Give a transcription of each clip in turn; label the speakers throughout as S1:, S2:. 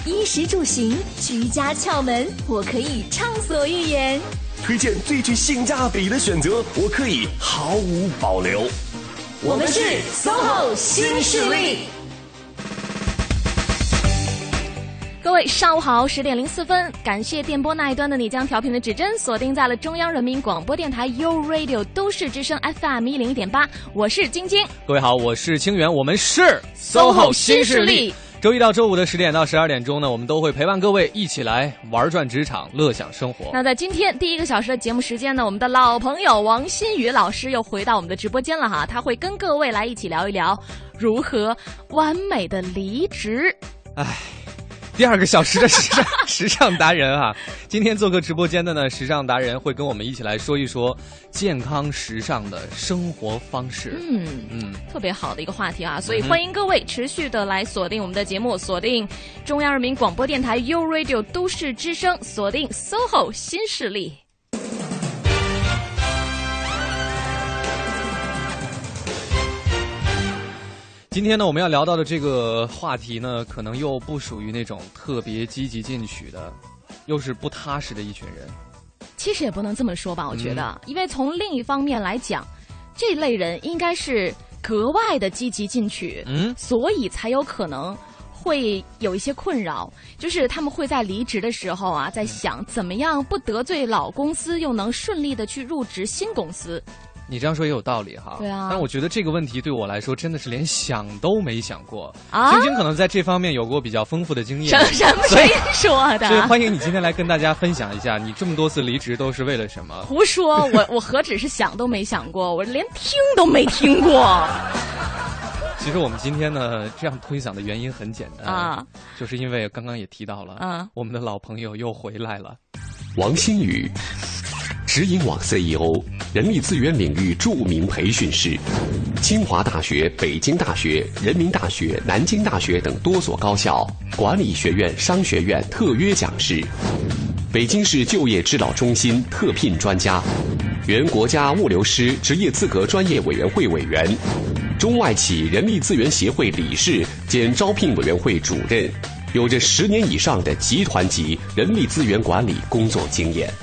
S1: 衣食住行，居家窍门，我可以畅所欲言；
S2: 推荐最具性价比的选择，我可以毫无保留。
S1: 我们是 SOHO 新势力。各位上午好，10点04分，感谢电波那一端的你将调频的指针锁定在了中央人民广播电台 U Radio 都市之声 FM 101.8，我是晶晶。
S3: 各位好，我是清源，我们是 SOHO 新势力。周一到周五的10点到12点钟呢，我们都会陪伴各位一起来玩转职场，乐享生活。
S1: 那在今天第1个小时的节目时间呢，我们的老朋友王新宇老师又回到我们的直播间了哈，他会跟各位来一起聊一聊如何完美的离职。
S3: 第2个小时的时尚达人啊，今天做客直播间的呢，时尚达人会跟我们一起来说一说健康时尚的生活方式。特别好的一个话题啊，所以欢迎各位持续的来锁定我们的节目，锁定中央人民广播电台 U Radio 都市之声，锁定 SOHO 新势力。 今天呢，我们要聊到的这个话题呢，可能又不属于那种特别积极进取的，又是不踏实的一群人。
S1: 其实也不能这么说吧，我觉得，因为从另一方面来讲，这类人应该是格外的积极进取，所以才有可能会有一些困扰，就是他们会在离职的时候啊，在想怎么样不得罪老公司，又能顺利的去入职新公司。
S3: 你这样说也有道理哈，
S1: 对啊。
S3: 但我觉得这个问题对我来说真的是连想都没想过。
S1: 啊，
S3: 晶晶可能在这方面有过比较丰富的经验。
S1: 谁说的？
S3: 所以欢迎你今天来跟大家分享一下，你这么多次离职都是为了什么？
S1: 胡说，我何止是想都没想过，我连听都没听过。
S3: 其实我们今天呢，这样推搡的原因很简单啊，就是因为刚刚也提到了，我们的老朋友又回来了，
S2: 王新宇。直营网 CEO， 人力资源领域著名培训师，清华大学、北京大学、人民大学、南京大学等多所高校管理学院、商学院特约讲师，北京市就业指导中心特聘专家，原国家物流师职业资格专业委员会委员，中外企人力资源协会理事兼招聘委员会主任，有着10年以上的集团级人力资源管理工作经验。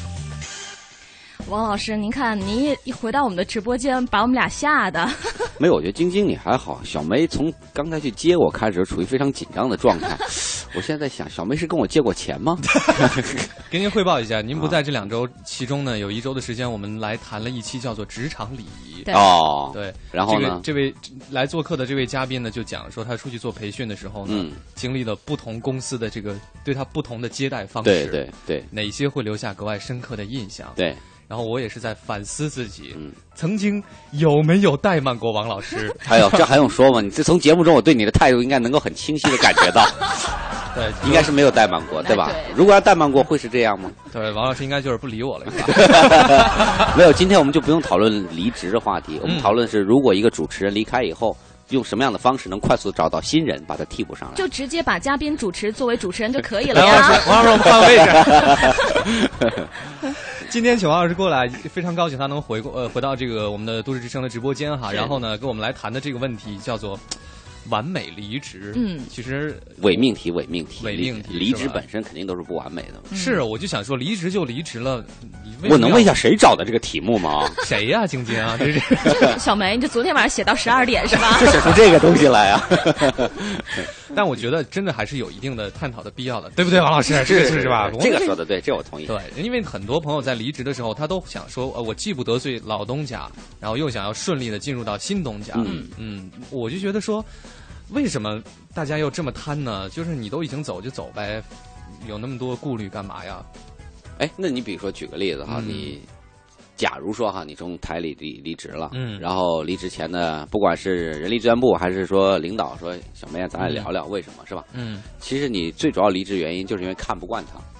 S1: 王老师，您看，您一回到我们的直播间，把我们俩吓的。
S4: 没有，我觉得晶晶你还好。小梅从刚才去接我开始，处于非常紧张的状态。我现在在想，小梅是跟我借过钱吗？
S3: 给您汇报一下，您不在这2周，其中呢有1周的时间，我们来谈了一期叫做职场礼仪。对。
S4: 然后呢，
S3: 这位来做客的这位嘉宾呢，就讲说他出去做培训的时候呢，经历了不同公司的这个对他不同的接待方式，
S4: 对，
S3: 哪些会留下格外深刻的印象？
S4: 对。
S3: 然后我也是在反思自己，曾经有没有怠慢过王老师？
S4: 哎呦，这还用说吗？你这从节目中我对你的态度应该能够很清晰的感觉到，
S3: 对，
S4: 应该是没有怠慢过，对吧？如果要怠慢过，会是这样吗？
S3: 对，王老师应该就是不理我了。
S4: 没有，今天我们就不用讨论离职的话题，我们讨论是如果一个主持人离开以后，用什么样的方式能快速找到新人，把他替补上来？
S1: 就直接把嘉宾主持作为主持人就可以了呀。
S3: 王老师，我们换个位置。今天请王老师过来，非常高兴他能回到这个我们的都市之声的直播间哈，然后呢跟我们来谈的这个问题叫做完美离职。其实
S4: 伪命题，离职本身肯定都是不完美的。
S3: 是，我就想说，离职就离职了，
S4: 我能问一下谁找的这个题目吗？
S3: 谁呀，晶晶啊？这是
S1: 小梅，你这昨天晚上写到12点是吧？
S4: 就写出这个东西来啊！
S3: 但我觉得真的还是有一定的探讨的必要的，对不对，王老师？是吧？
S4: 这个说的对，这我同意。
S3: 对，因为很多朋友在离职的时候，他都想说，我既不得罪老东家，然后又想要顺利的进入到新东家。我就觉得说，为什么大家要这么贪呢？就是你都已经走就走呗，有那么多顾虑干嘛呀？
S4: 哎，那你比如说举个例子哈，你假如说哈，你从台里离职了，然后离职前呢，不管是人力资源部还是说领导说小梅啊，咱俩聊聊为什么是吧？其实你最主要离职原因就是因为看不惯他，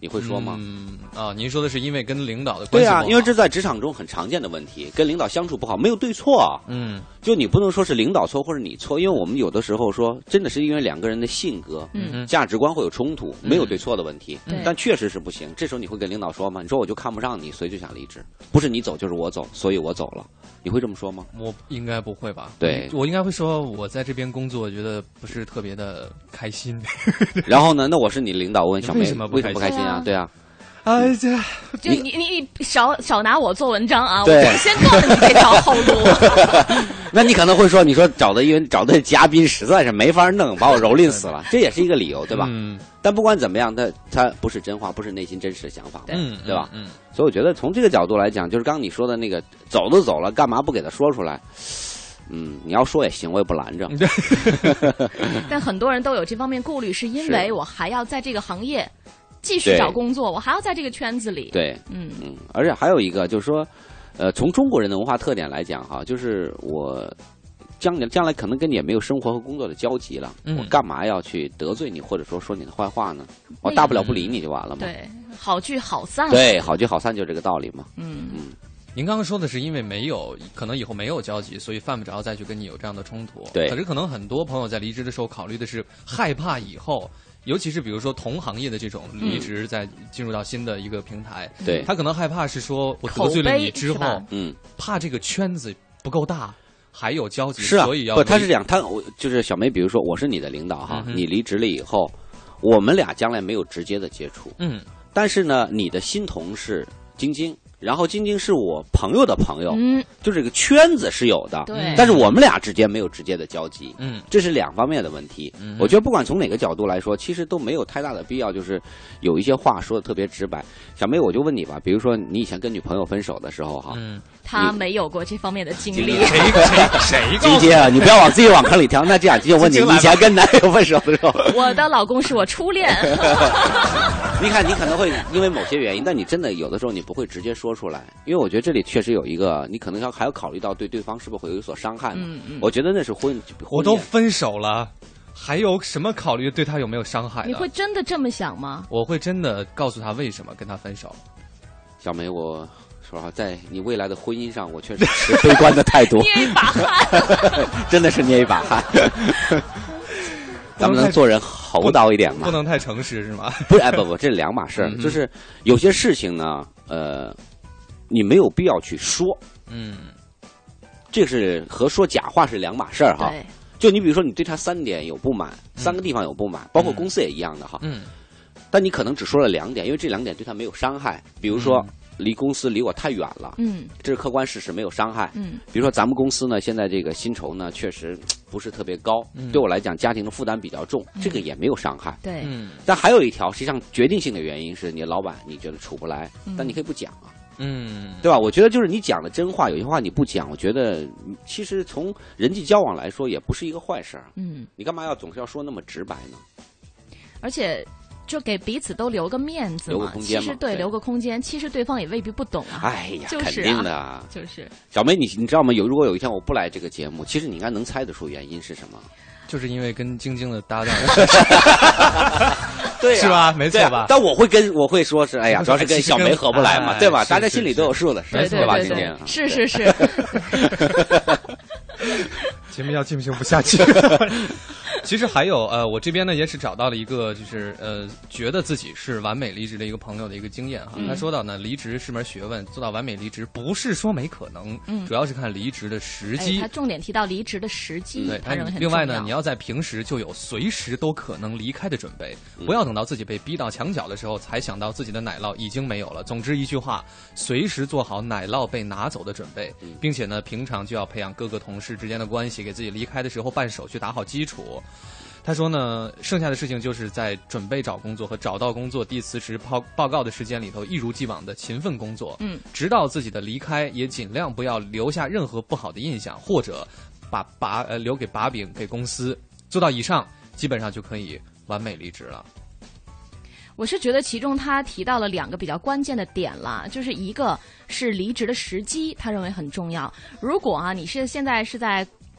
S4: 你会说吗？
S3: 您说的是因为跟领导的关系不好？
S4: 对啊，因为这在职场中很常见的问题，跟领导相处不好，没有对错。就你不能说是领导错或者你错，因为我们有的时候说真的是因为两个人的性格、价值观会有冲突，没有对错的问题。但确实是不行。这时候你会跟领导说吗？你说我就看不上你，所以就想离职，不是你走就是我走，所以我走了。你会这么说吗？
S3: 我应该不会吧？
S4: 对，
S3: 我应该会说我在这边工作觉得不是特别的开心。
S4: 然后呢？那我是你领导，问小梅
S3: 为什么不
S4: 开心啊？对啊。
S1: 哎呀，就你少拿我做文章啊！我先断了你这条后路。
S4: 那你可能会说，你说因为找的嘉宾实在是没法弄，把我蹂躏死了，这也是一个理由，对吧？但不管怎么样，他不是真话，不是内心真实的想法，对吧？所以我觉得从这个角度来讲，就是刚你说的那个走都走了，干嘛不给他说出来？你要说也行，我也不拦着。
S1: 但很多人都有这方面顾虑，是因为我还要在这个行业继续找工作，我还要在这个圈子里。
S4: 对，而且还有一个就是说，从中国人的文化特点来讲哈，就是我将来可能跟你也没有生活和工作的交集了，我干嘛要去得罪你，或者说你的坏话呢？我大不了不理你就完了嘛。
S1: 对，好聚好散。
S4: 对，好聚好散就这个道理嘛。
S3: 您刚刚说的是因为可能以后没有交集，所以犯不着再去跟你有这样的冲突。
S4: 对，
S3: 可是可能很多朋友在离职的时候考虑的是害怕以后。尤其是比如说同行业的这种离职，再进入到新的一个平台，
S4: 对，
S3: 他可能害怕是说我得罪了你之后，怕这个圈子不够大，还有交集，
S4: 是啊，
S3: 所以要
S4: 不，他是这样，就是小梅，比如说我是你的领导哈，你离职了以后，我们俩将来没有直接的接触，但是呢，你的新同事晶晶。然后晶晶是我朋友的朋友，就这个圈子是有的，
S1: 对，
S4: 但是我们俩之间没有直接的交集，这是两方面的问题。我觉得不管从哪个角度来说，其实都没有太大的必要，就是有一些话说的特别直白。小梅，我就问你吧，比如说你以前跟女朋友分手的时候哈，
S1: 他没有过这方面的经历。
S3: 谁？
S4: 晶晶啊，你不要往自己往坑里跳。那这样，晶晶问你，以前跟男友分手的时候，
S1: 我的老公是我初恋。
S4: 你看，你可能会因为某些原因，但你真的有的时候你不会直接说出来，因为我觉得这里确实有一个，你可能还要考虑到对对方是不是会有所伤害嘛。我觉得那是婚
S3: 我都分手了，还有什么考虑对他有没有伤害？
S1: 你会真的这么想吗？
S3: 我会真的告诉他为什么跟他分手。
S4: 小梅，我说实话，在你未来的婚姻上，我确实是悲观的态度。
S1: 捏一把汗，
S4: 真的是捏一把汗。咱们能做人厚道一点吗？
S3: 不能太诚实是吗？
S4: 不是，不，这是两码事。就是有些事情呢，你没有必要去说。这是和说假话是两码事哈。就你比如说，你对他3点有不满，3个地方有不满，包括公司也一样的哈。但你可能只说了2点，因为这2点对他没有伤害。比如说，公司离我太远了，这是客观事实，没有伤害。比如说咱们公司呢，现在这个薪酬呢，确实不是特别高，对我来讲，家庭的负担比较重，这个也没有伤害。
S1: 对，
S4: 但还有一条，实际上决定性的原因是你的老板你觉得处不来，但你可以不讲啊。对吧？我觉得就是你讲的真话，有些话你不讲，我觉得其实从人际交往来说也不是一个坏事。你干嘛要总是要说那么直白呢？
S1: 而且就给彼此都留个面子嘛，
S4: 留个空间嘛，
S1: 其实对，留个空间，其实对方也未必不懂啊。
S4: 哎呀，
S1: 就是啊、
S4: 肯定的，
S1: 就是
S4: 小梅，你知道吗？如果有一天我不来这个节目，其实你应该能猜得出原因是什么。
S3: 就是因为跟晶晶的搭档，
S4: 对、啊，
S3: 是吧？没错吧？
S4: 但我会说是，哎呀，主要是跟小梅合不来嘛，对吧？大家心里都有数的，
S1: 对
S4: 吧？晶晶，
S1: 是。
S3: 节目要进行不下去。其实还有我这边呢也是找到了一个就是觉得自己是完美离职的一个朋友的一个经验哈。他说到呢，离职是门学问，做到完美离职不是说没可能，主要是看离职的时机。
S1: 他重点提到离职的时机，
S3: 对，
S1: 他认为很重要。
S3: 另外呢，你要在平时就有随时都可能离开的准备，不要等到自己被逼到墙角的时候才想到自己的奶酪已经没有了。总之一句话，随时做好奶酪被拿走的准备，并且呢，平常就要培养各个同事之间的关系，给自己离开的时候办手续打好基础。他说呢，剩下的事情就是在准备找工作和找到工作递辞职报告的时间里头，一如既往的勤奋工作，直到自己的离开，也尽量不要留下任何不好的印象，或者留给把柄给公司。做到以上，基本上就可以完美离职了。
S1: 我是觉得其中他提到了2个比较关键的点啦，就是一个是离职的时机，他认为很重要。如果啊，你现在是在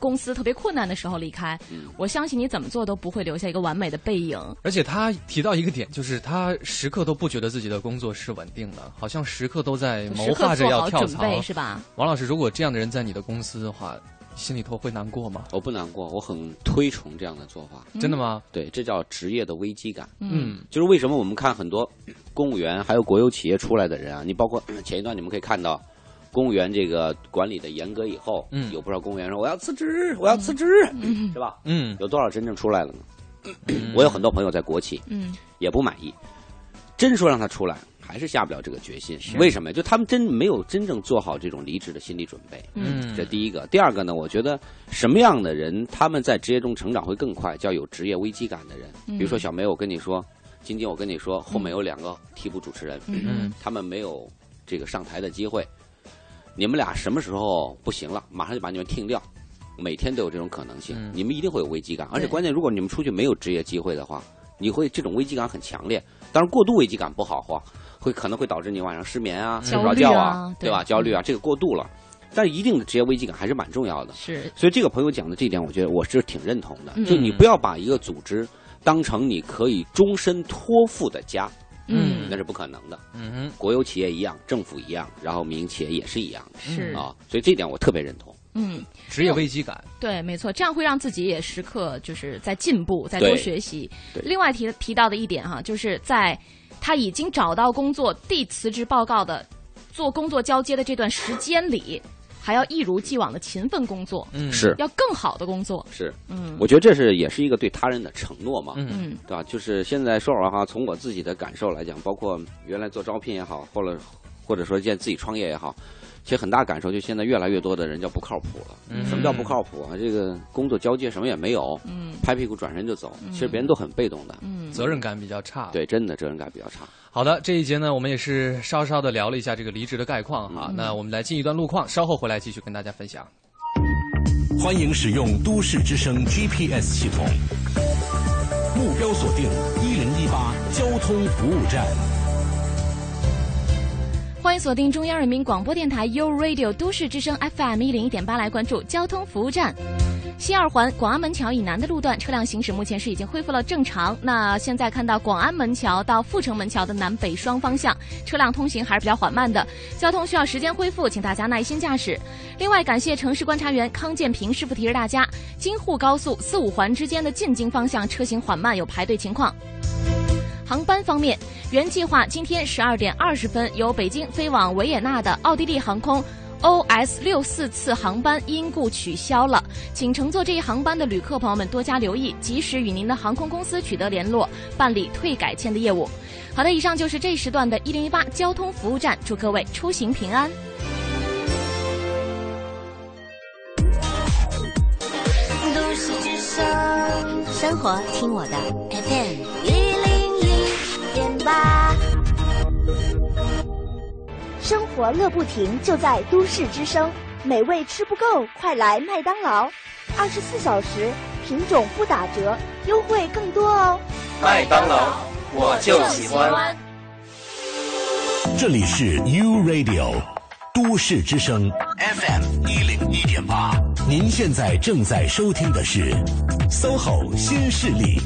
S1: 公司特别困难的时候离开，我相信你怎么做都不会留下一个完美的背影。
S3: 而且他提到一个点，就是他时刻都不觉得自己的工作是稳定的，好像时刻都在谋划着要跳槽，
S1: 是吧？
S3: 王老师，如果这样的人在你的公司的话，心里头会难过吗？
S4: 我不难过，我很推崇这样的做法。
S3: 真的吗？
S4: 对，这叫职业的危机感。就是为什么我们看很多公务员还有国有企业出来的人啊，你包括前一段你们可以看到，公务员这个管理的严格以后，有不少公务员说我要辞职，我要辞职，是吧？有多少真正出来了呢？我有很多朋友在国企，也不满意，真说让他出来，还是下不了这个决心。为什么？就他们没有真正做好这种离职的心理准备。这第一个。第二个呢，我觉得什么样的人他们在职业中成长会更快？叫有职业危机感的人。比如说小梅，我跟你说，晶晶，我跟你说，后面有2个替补主持人，他们没有这个上台的机会。你们俩什么时候不行了，马上就把你们停掉。每天都有这种可能性，你们一定会有危机感。而且关键，如果你们出去没有职业机会的话，你会这种危机感很强烈。当然，过度危机感不好话，可能会导致你晚上失眠啊、睡不着觉啊，对吧？焦虑啊，这个过度了。但是一定的职业危机感还是蛮重要的。
S1: 是。
S4: 所以这个朋友讲的这一点，我觉得我是挺认同的。就你不要把一个组织当成你可以终身托付的家。那是不可能的。国有企业一样，政府一样，然后民营企业也是一样的。
S1: 是
S4: 啊，所以这一点我特别认同。
S3: 职业危机感，
S1: 对，没错，这样会让自己也时刻就是在进步，在多学习。另外提到的一点哈，就是在他已经找到工作、递辞职报告的、做工作交接的这段时间里，还要一如既往的勤奋工作，
S4: 是
S1: 要更好的工作。
S4: 是，我觉得这也是一个对他人的承诺嘛，对吧？就是现在说实话，从我自己的感受来讲，包括原来做招聘也好，或者说现在自己创业也好。其实很大感受，就现在越来越多的人叫不靠谱了。什么叫不靠谱啊？这个工作交接什么也没有，拍屁股转身就走。其实别人都很被动的，
S3: 责任感比较差。
S4: 对，真的责任感比较差。
S3: 好的，这一节呢，我们也是稍稍的聊了一下这个离职的概况哈。那我们来进一段路况，稍后回来继续跟大家分享。
S5: 欢迎使用都市之声 GPS 系统，目标锁定1018交通服务站。
S1: 欢迎锁定中央人民广播电台 You Radio 都市之声 FM 101.8，来关注交通服务站。西二环广安门桥以南的路段车辆行驶目前是已经恢复了正常。那现在看到广安门桥到阜成门桥的南北双方向车辆通行还是比较缓慢的，交通需要时间恢复，请大家耐心驾驶。另外感谢城市观察员康建平师傅提示大家，京沪高速4、5环之间的进京方向车行缓慢，有排队情况。航班方面，原计划今天12点20分由北京飞往维也纳的奥地利航空 OS64 次航班因故取消了，请乘坐这一航班的旅客朋友们多加留意，及时与您的航空公司取得联络，办理退改签的业务。好的，以上就是这时段的1018交通服务站，祝各位出行平安。
S6: 都市之声，生活听我的 FM 101.8。
S7: 生活乐不停，就在都市之声。美味吃不够，快来麦当劳！24小时，品种不打折，优惠更多哦。
S8: 麦当劳，我就喜欢。
S5: 这里是 U Radio 都市之声 FM 101.8，您现在正在收听的是 SOHO 新势力。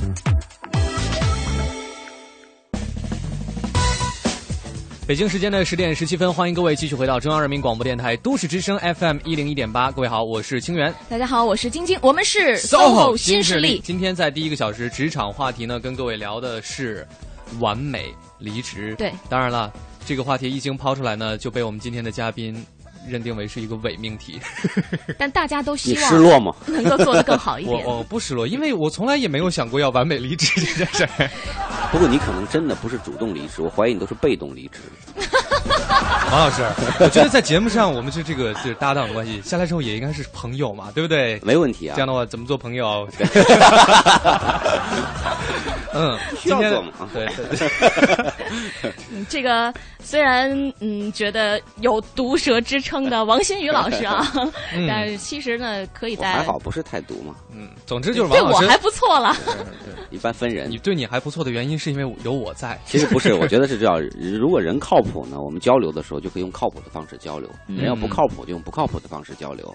S3: 北京时间的10点17分，欢迎各位继续回到中央人民广播电台都市之声 FM 101.8。各位好，我是清源。
S1: 大家好，我是晶晶。我们是 SOHO 新势力。
S3: 今天在第一个小时职场话题呢，跟各位聊的是完美离职。
S1: 对，
S3: 当然了，这个话题一经抛出来呢，就被我们今天的嘉宾认定为是一个伪命题。
S1: 但大家都希望
S4: 你失落吗？
S1: 能够做得更好一点。
S3: 我不失落，因为我从来也没有想过要完美离职这件事儿。
S4: 不过你可能真的不是主动离职，我怀疑你都是被动离职。
S3: 王老师，我觉得在节目上我们是这个就是搭档关系，下来之后也应该是朋友嘛，对不对？
S4: 没问题啊。
S3: 这样的话怎么做朋友？
S4: 需要做嘛？
S3: 对。
S1: 这个虽然觉得有毒舌之称的王新宇老师啊，但是其实呢，可以在
S4: 还好不是太毒嘛。
S3: 总之就是王老师
S1: 对我还不错了。
S4: 一般分人。
S3: 你对你还不错的原因是因为有我在。
S4: 其实不是，我觉得是这样。如果人靠谱呢，我们交流的时候就可以用靠谱的方式交流；人要不靠谱，就用不靠谱的方式交流。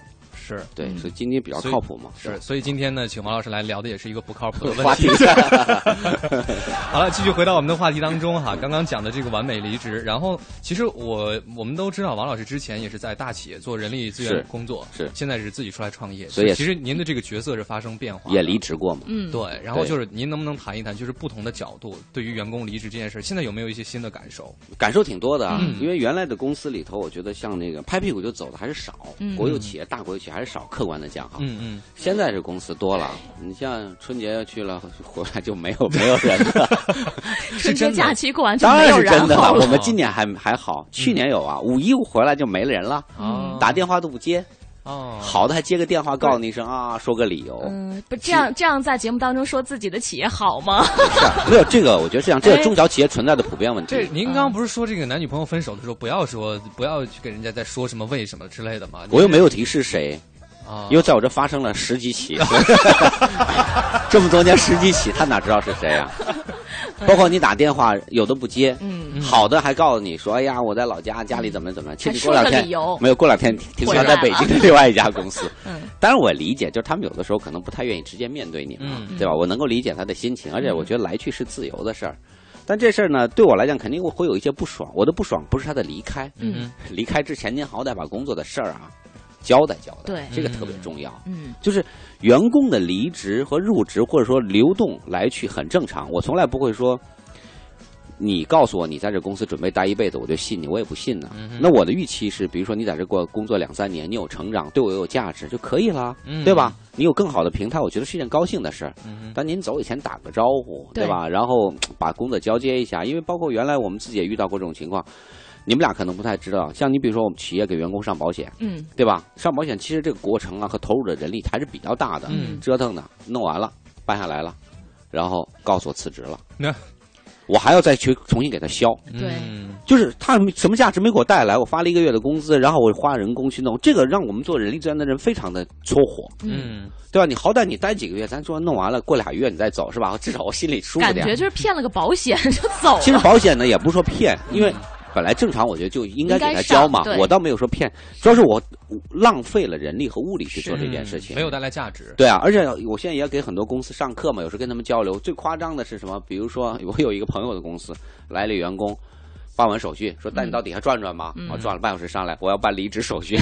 S3: 是
S4: 对，所以今天比较靠谱嘛。
S3: 是，所以今天呢，请王老师来聊的也是一个不靠谱的
S4: 话题。
S3: 好了，继续回到我们的话题当中哈。刚刚讲的这个完美离职，然后其实我们都知道，王老师之前也是在大企业做人力资源工作，
S4: 是
S3: 现在是自己出来创业，
S4: 所以
S3: 其实您的这个角色是发生变化，
S4: 也离职过嘛。
S3: 对。然后就是您能不能谈一谈，就是不同的角度对于员工离职这件事，现在有没有一些新的感受？
S4: 感受挺多的啊，因为原来的公司里头，我觉得像那个拍屁股就走的还是少，国有企业、大国有企业还是少，客观的讲哈。现在这公司多了，你像春节去了回来就没有人了。
S1: 春节假期过完就
S4: 当然
S1: 没有人
S4: 是真的
S1: 了。
S4: 我们今年还好，去年有啊，5.15回来就没了人了，打电话都不接。好的还接个电话告诉你一声啊，说个理由。
S1: 不这样在节目当中说自己的企业好吗？
S4: 没有这个，我觉得是这样，这是中小企业存在的普遍问题。
S3: 这您刚刚不是说这个男女朋友分手的时候不要去跟人家再说什么为什么之类的吗？
S4: 我又没有提是谁。因为在我这发生了10几起，这么多年10几起，他哪知道是谁啊？包括你打电话，有的不接，好的还告诉你说，哎呀，我在老家，家里怎么，其实过2天没有，过2天听说他在北京的另外一家公司。当然我理解，就是他们有的时候可能不太愿意直接面对你嘛，对吧？我能够理解他的心情，而且我觉得来去是自由的事儿。但这事儿呢，对我来讲肯定会有一些不爽。我的不爽不是他的离开，离开之前您好歹把工作的事儿啊交代，
S1: 对，
S4: 这个特别重要。就是员工的离职和入职，或者说流动来去很正常。我从来不会说，你告诉我你在这公司准备待一辈子，我就信你，我也不信呢。那我的预期是，比如说你在这工作2、3年，你有成长，对我有价值就可以了，对吧？你有更好的平台，我觉得是一件高兴的事儿。但您走以前打个招呼，对吧？然后把工作交接一下，因为包括原来我们自己也遇到过这种情况。你们俩可能不太知道，像你比如说我们企业给员工上保险，对吧？上保险其实这个过程啊和投入的人力还是比较大的，折腾的，弄完了办下来了，然后告诉我辞职了，我还要再去重新给他销，
S1: 对，
S4: 就是他什么价值没给我带来，我发了1个月的工资，然后我花人工去弄，这个让我们做人力资源的人非常的戳火，对吧？你好歹你待几个月，咱说弄完了，过2月你再走是吧？至少我心里舒服点。
S1: 感觉就是骗了个保险就走了。
S4: 其实保险呢也不是说骗，因为本来正常我觉得就应该给他交嘛，我倒没有说骗，主要是我浪费了人力和物力去做这件事情，
S3: 没有带来价值。
S4: 对啊，而且我现在也给很多公司上课嘛，有时候跟他们交流。最夸张的是什么？比如说我有一个朋友的公司来了员工，办完手续说带你到底下转转吧，我转了半小时上来，我要办离职手续，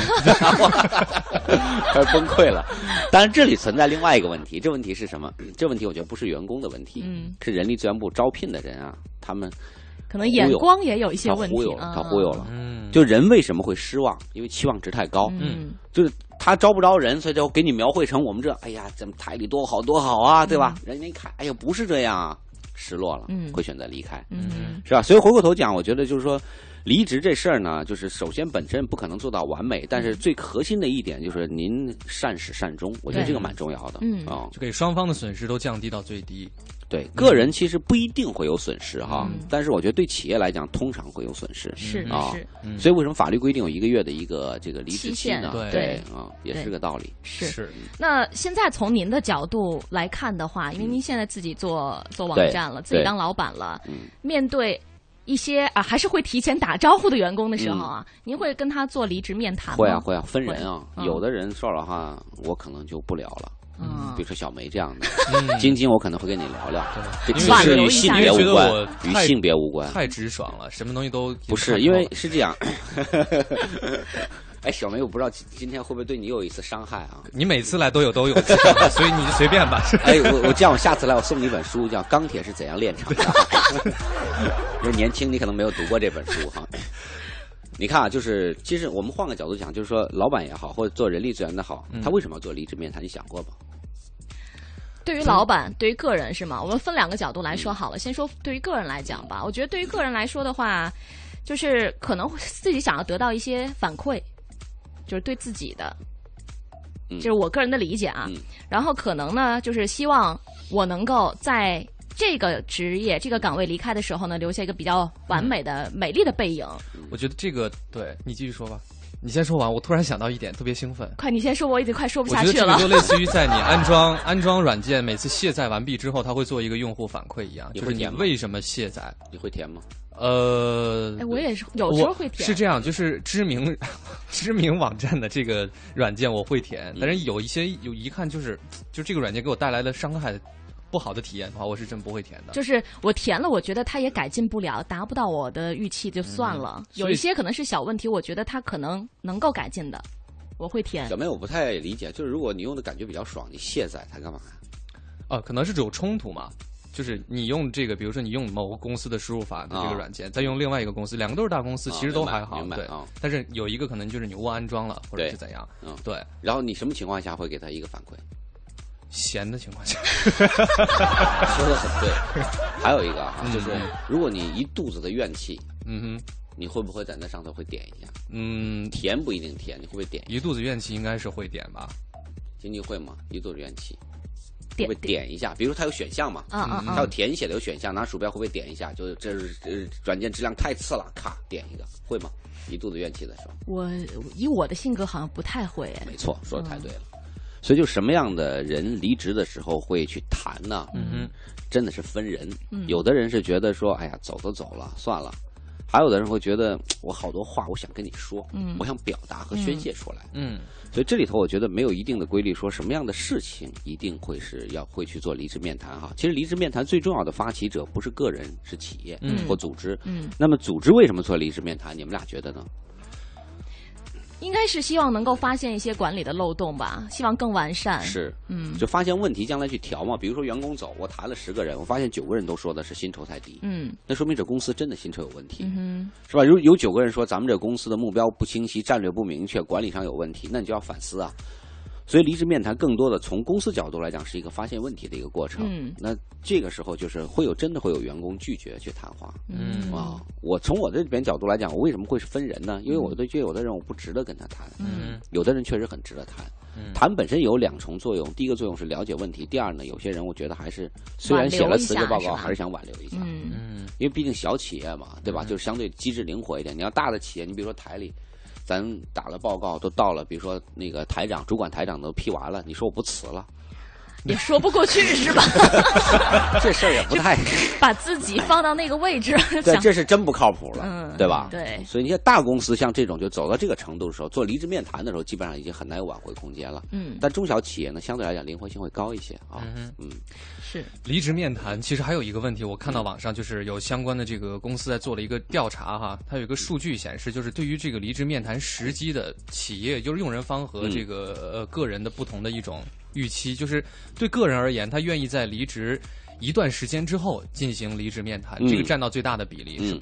S4: 他崩溃了。当然这里存在另外一个问题，这问题是什么？这问题我觉得不是员工的问题，是人力资源部招聘的人啊，他们
S1: 可能眼光也有一些问题，
S4: 他忽悠了。就人为什么会失望？因为期望值太高。就是他招不着人，所以就给你描绘成我们这，哎呀，咱们台里多好多好啊，对吧？人家一看，哎呀，不是这样啊，失落了，会选择离开，是吧？所以回过头讲，我觉得就是说，离职这事儿呢，就是首先本身不可能做到完美，但是最核心的一点就是您善始善终，我觉得这个蛮重要的。
S3: 就给双方的损失都降低到最低。
S4: 对，个人其实不一定会有损失哈，但是我觉得对企业来讲，通常会有损失。
S1: 是
S4: 啊，所以为什么法律规定有1个月的一个这个离职期呢？
S1: 对
S4: 啊，也是个道理。
S1: 是。那现在从您的角度来看的话，因为您现在自己做网站了，自己当老板了，面对一些还是会提前打招呼的员工的时候啊，您会跟他做离职面谈吗？
S4: 会啊，分人啊。有的人说老实话，我可能就不聊了。比如说小梅这样的，晶晶我可能会跟你聊聊，这其实与性别无关，与性别无关，
S3: 太直爽了，什么东西都
S4: 不是，因为是这样。哎，小梅，我不知道今天会不会对你有一次伤害啊？
S3: 你每次来都有，所以你就随便吧。
S4: 哎，我这样，我下次来我送你一本书，叫《钢铁是怎样炼成的》。因为年轻，你可能没有读过这本书哈。你看啊，就是其实我们换个角度讲，就是说老板也好，或者做人力资源的好，他为什么要做离职面谈？你想过吗？
S1: 对于老板，对于个人是吗？我们分2个角度来说好了。先说对于个人来讲吧，我觉得对于个人来说的话，就是可能自己想要得到一些反馈，就是对自己的，就是我个人的理解啊。然后可能呢，就是希望我能够在这个职业、这个岗位离开的时候呢，留下一个比较完美的、美丽的背影。
S3: 我觉得这个，对，你继续说吧。你先说完，我突然想到一点，特别兴奋。
S1: 快，你先说，我已经快说不下去了。
S3: 我觉得这个就类似于在你安装软件，每次卸载完毕之后，它会做一个用户反馈一样，就是你为什么卸载？
S4: 你会填吗？
S1: 我也是有时候会填。
S3: 是这样，就是知名， 知名网站的这个软件我会填，但是有一看就是这个软件给我带来的伤害不好的体验的话，我是真不会填的。
S1: 就是我填了，我觉得它也改进不了，达不到我的预期就算了。有一些可能是小问题，我觉得它可能能够改进的，我会填。
S4: 小妹，我不太理解，就是如果你用的感觉比较爽，你卸载它干嘛呀？
S3: 可能是有冲突嘛。就是你用这个，比如说你用某个公司的输入法的这个软件，再用另外一个公司，两个都是大公司，其实都还好，对。但是有一个可能就是你误安装了，或者是怎样，对。
S4: 然后你什么情况下会给他一个反馈？
S3: 闲的情况下。
S4: 说的很对。还有一个就是如果你一肚子的怨气，你会不会在那上头会点一下？填不一定填，你会不会点？
S3: 一肚子怨气应该是会点吧？
S4: 经济会吗？一肚子怨气。会不会点一下？比如它有选项嘛，它有填写的有选项，拿鼠标会不会点一下？就是这是软件质量太次了，咔点一个，会吗？一肚子怨气的时候，
S1: 我以我的性格好像不太会。
S4: 没错，说的太对了。所以就什么样的人离职的时候会去谈呢？真的是分人。有的人是觉得说，哎呀，走都走了，算了。还有的人会觉得我好多话我想跟你说，我想表达和宣泄出来，所以这里头我觉得没有一定的规律，说什么样的事情一定会去做离职面谈哈。其实离职面谈最重要的发起者不是个人，是企业或组织。那么组织为什么做离职面谈？你们俩觉得呢？
S1: 应该是希望能够发现一些管理的漏洞吧，希望更完善。
S4: 是，就发现问题，将来去调嘛。比如说员工走，我谈了10个人，我发现9个人都说的是薪酬太低，那说明这公司真的薪酬有问题，是吧？有9个人说咱们这公司的目标不清晰，战略不明确，管理上有问题，那你就要反思啊。所以离职面谈更多的从公司角度来讲是一个发现问题的一个过程。那这个时候就是真的会有员工拒绝去谈话。我从我这边角度来讲，我为什么会是分人呢？因为我觉得有的人我不值得跟他谈，有的人确实很值得谈。谈本身有2重作用，第一个作用是了解问题，第二呢，有些人我觉得还是虽然写了辞职报告，还是想挽留一下。因为毕竟小企业嘛，对吧？就是相对机制灵活一点。你要大的企业，你比如说台里。咱打了报告都到了，比如说那个主管台长都批完了，你说我不辞了，
S1: 也说不过去是吧？
S4: 这事儿也不太
S1: 把自己放到那个位置，
S4: 对，这是真不靠谱了，对吧？
S1: 对，
S4: 所以你看大公司像这种就走到这个程度的时候，做离职面谈的时候，基本上已经很难有挽回空间了。但中小企业呢，相对来讲灵活性会高一些啊。
S1: 是
S3: 离职面谈，其实还有一个问题，我看到网上就是有相关的这个公司在做了一个调查哈，它有一个数据显示，就是对于这个离职面谈时机的企业，就是用人方和这个个人的不同的一种预期，就是对个人而言，他愿意在离职一段时间之后进行离职面谈，这个占到最大的比例是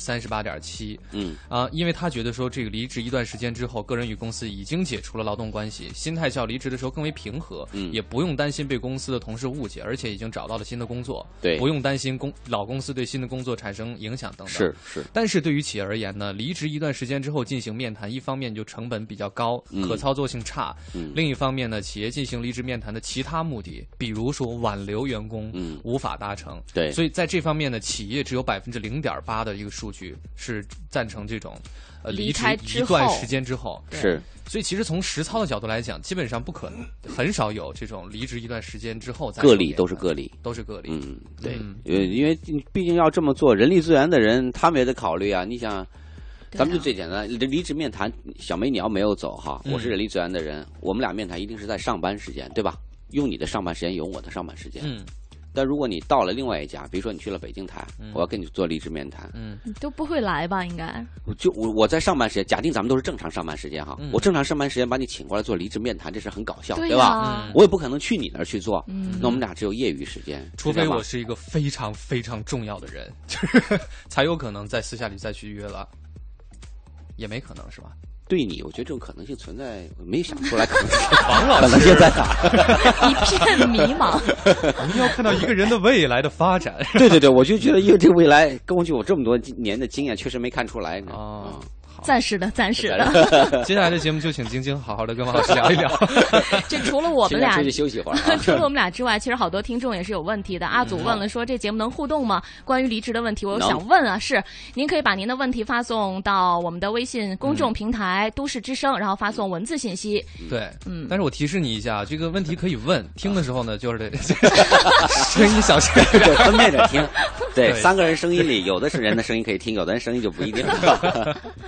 S3: 38.7%。因为他觉得说这个离职一段时间之后，个人与公司已经解除了劳动关系，心态较离职的时候更为平和，也不用担心被公司的同事误解，而且已经找到了新的工作，
S4: 对，
S3: 不用担心老公司对新的工作产生影响等等。
S4: 是。
S3: 但是对于企业而言呢，离职一段时间之后进行面谈，一方面就成本比较高，可操作性差，另一方面呢，企业进行离职面谈的其他目的，比如说挽留员工，无法达成，
S4: 对，
S3: 所以在这方面呢，企业只有0.8%的一个数据是赞成这种离职一段时间之后，
S4: 是。
S3: 所以其实从实操的角度来讲，基本上不可能，很少有这种离职一段时间之后再
S4: 个例都是个例。
S3: 对，
S4: 因为毕竟要这么做，人力资源的人他们也得考虑啊。你想，咱们就最简单，离职面谈，小梅你要没有走哈，我是人力资源的人，我们俩面谈一定是在上班时间，对吧？用你的上班时间，用我的上班时间。但如果你到了另外一家，比如说你去了北京台，我要跟你做离职面谈，
S1: 你都不会来吧？应该
S4: 我在上班时间，假定咱们都是正常上班时间哈，我正常上班时间把你请过来做离职面谈，这是很搞笑，对吧？我也不可能去你那儿去做，那我们俩只有业余时间，
S3: 除非我是一个非常非常重要的人，就是才有可能在私下里再去约了，也没可能是吧？
S4: 对你，我觉得这种可能性存在，我没想出来可能性。
S3: 王老师
S4: 可能性在哪？
S1: 一片迷茫。
S3: 我们要看到一个人的未来的发展。
S4: 对，我就觉得因为这个未来，根据我这么多年的经验，确实没看出来呢。
S1: 暂时的。
S3: 接下来的节目就请晶晶好好的跟王老师聊一聊。
S1: 这除了我们俩
S4: 出去休息会儿，
S1: 除了我们俩之外，其实好多听众也是有问题的。阿祖问了说，这节目能互动吗？关于离职的问题，我有想问啊，是您可以把您的问题发送到我们的微信公众平台都市之声，然后发送文字信息。
S3: 对，但是我提示你一下，这个问题可以问，听的时候呢，就是声音小声一点，
S4: 分辨着听。对，3个人声音里，有的是人的声音可以听，有的人声音就不一定。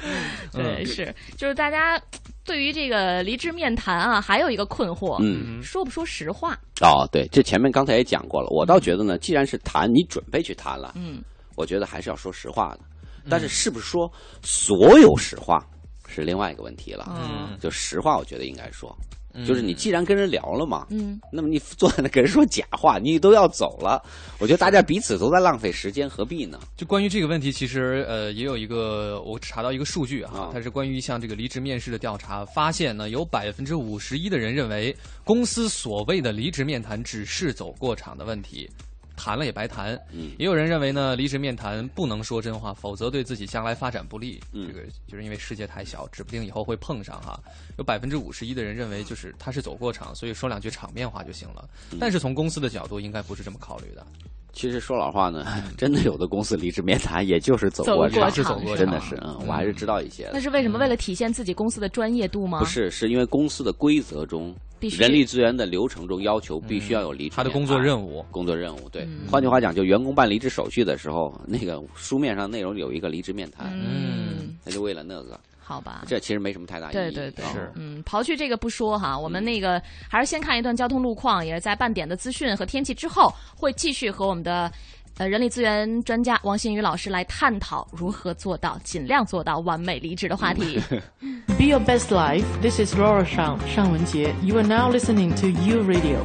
S1: 对，是，就是大家对于这个离职面谈啊，还有一个困惑，说不说实话？
S4: 哦，对，这前面刚才也讲过了。我倒觉得呢，既然是谈，你准备去谈了，我觉得还是要说实话的。但是是不是说所有实话是另外一个问题了？就实话，我觉得应该说。就是你既然跟人聊了嘛，那么你坐在那跟人说假话，你都要走了，我觉得大家彼此都在浪费时间，何必呢？
S3: 就关于这个问题，其实也有一个我查到一个数据啊，它是关于一项这个离职面试的调查，发现呢有51%的人认为公司所谓的离职面谈只是走过场的问题。谈了也白谈，也有人认为呢，离职面谈不能说真话，否则对自己将来发展不利。这个就是因为世界太小，指不定以后会碰上哈。有51%的人认为，就是他是走过场，所以说两句场面话就行了。但是从公司的角度，应该不是这么考虑的。
S4: 其实说老话呢，真的有的公司离职面谈也就是走过场，真的是，我还是知道一些的。
S1: 那是为什么？为了体现自己公司的专业度吗？
S4: 不是，是因为公司的规则中。人力资源的流程中要求必须要有离职面谈，
S3: 他的工作任务，
S4: 对。换句话讲，就员工办离职手续的时候，那个书面上内容有一个离职面谈，那就为了那个。
S1: 好吧，
S4: 这其实没什么太大意义。
S1: 对，是，刨去这个不说哈，我们那个还是先看一段交通路况，也是在半点的资讯和天气之后，会继续和我们的人力资源专家王新宇老师来探讨如何尽量做到完美离职的话题。
S9: Be your best life. This is Laura Shang, 尚雯婕. You are now listening to U Radio.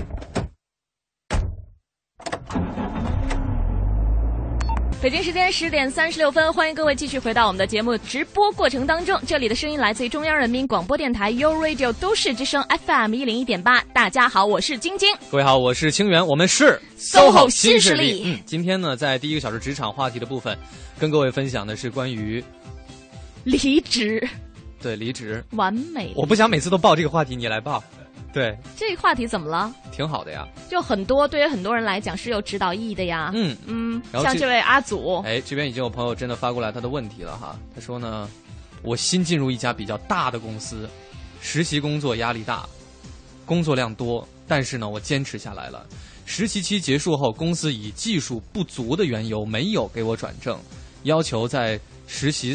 S1: 北京时间10点36分，欢迎各位继续回到我们的节目直播过程当中。这里的声音来自于中央人民广播电台 U Radio 都市之声 FM 101.8。大家好，我是晶晶。
S3: 各位好，我是清源，我们是
S1: SOHO 新势力。
S3: 今天呢，在第一个小时职场话题的部分，跟各位分享的是关于
S1: 离职。
S3: 对，离职
S1: 完美。
S3: 我不想每次都报这个话题，你来报。对，
S1: 这个话题怎么了？
S3: 挺好的呀，
S1: 就对于很多人来讲是有指导意义的呀。像这位阿祖，
S3: 这边已经有朋友真的发过来他的问题了哈。他说呢，我新进入一家比较大的公司，实习工作压力大，工作量多，但是呢，我坚持下来了。实习期结束后，公司以技术不足的缘由没有给我转正，要求再实习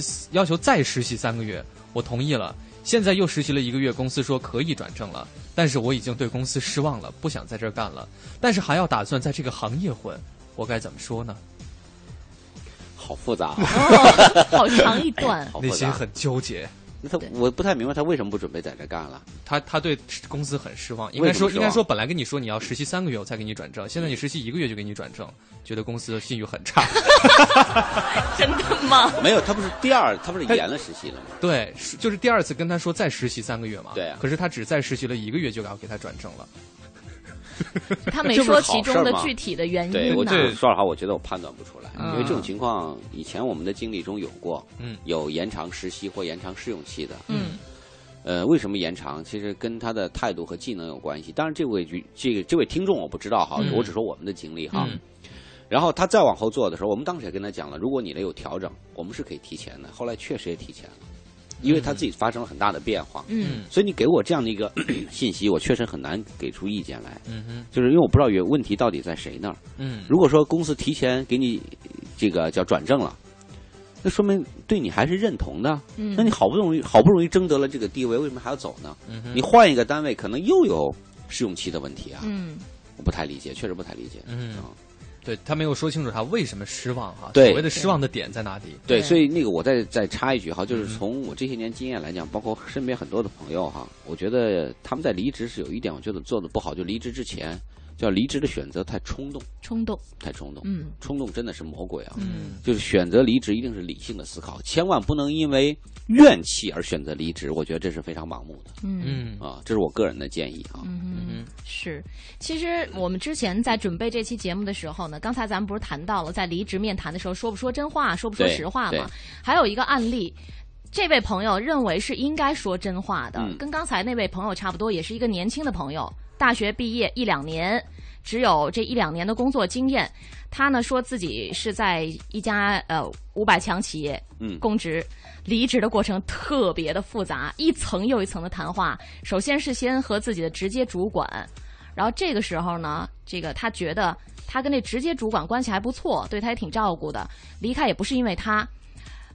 S3: 3个月，我同意了。现在又实习了1个月，公司说可以转正了，但是我已经对公司失望了，不想在这儿干了，但是还要打算在这个行业混，我该怎么说呢？
S4: 好复杂，
S1: 好长一段，
S3: 内心很纠结。
S4: 我不太明白他为什么不准备在这干了。
S3: 他对公司很失望，应该说本来跟你说你要实习3个月我才给你转正，现在你实习1个月就给你转正，觉得公司的信誉很差。
S1: 真的吗？
S4: 没有，他不是他不是延了实习了吗？
S3: 对，就是第2次跟他说再实习3个月嘛。
S4: 对啊。
S3: 可是他只再实习了1个月就要给他转正了。
S1: 他没说其中的具体的原因。
S4: 对，我说实话，我觉得我判断不出来，因为这种情况以前我们的经历中有过，有延长实习或延长试用期的，为什么延长？其实跟他的态度和技能有关系。当然，这位听众我不知道哈，我只说我们的经历哈。然后他再往后做的时候，我们当时也跟他讲了，如果你有调整，我们是可以提前的。后来确实也提前了。因为他自己发生了很大的变化，所以你给我这样的一个信息，我确实很难给出意见来，就是因为我不知道问题到底在谁那儿，如果说公司提前给你这个叫转正了，那说明对你还是认同的，那你好不容易争得了这个地位，为什么还要走呢？你换一个单位，可能又有试用期的问题啊，我不太理解，确实不太理解，
S3: 对，他没有说清楚他为什么失望哈，
S4: 对，
S3: 所谓的失望的点在哪里？
S4: 对，所以那个我再插一句哈，就是从我这些年经验来讲，包括身边很多的朋友哈，我觉得他们在离职是有一点我觉得做的不好，就离职之前叫离职的选择太冲动，太冲动，冲动真的是魔鬼啊，就是选择离职一定是理性的思考，千万不能因为怨气而选择离职，我觉得这是非常盲目的，这是我个人的建议啊，
S1: 是，其实我们之前在准备这期节目的时候呢，刚才咱们不是谈到了在离职面谈的时候说不说真话，说不说实话嘛？还有一个案例，这位朋友认为是应该说真话的，跟刚才那位朋友差不多，也是一个年轻的朋友，大学毕业1-2年，只有这1-2年的工作经验。他呢说自己是在一家500强企业公职，离职的过程特别的复杂，一层又一层的谈话。首先是先和自己的直接主管，然后这个时候呢，他觉得他跟这直接主管关系还不错，对他也挺照顾的，离开也不是因为他。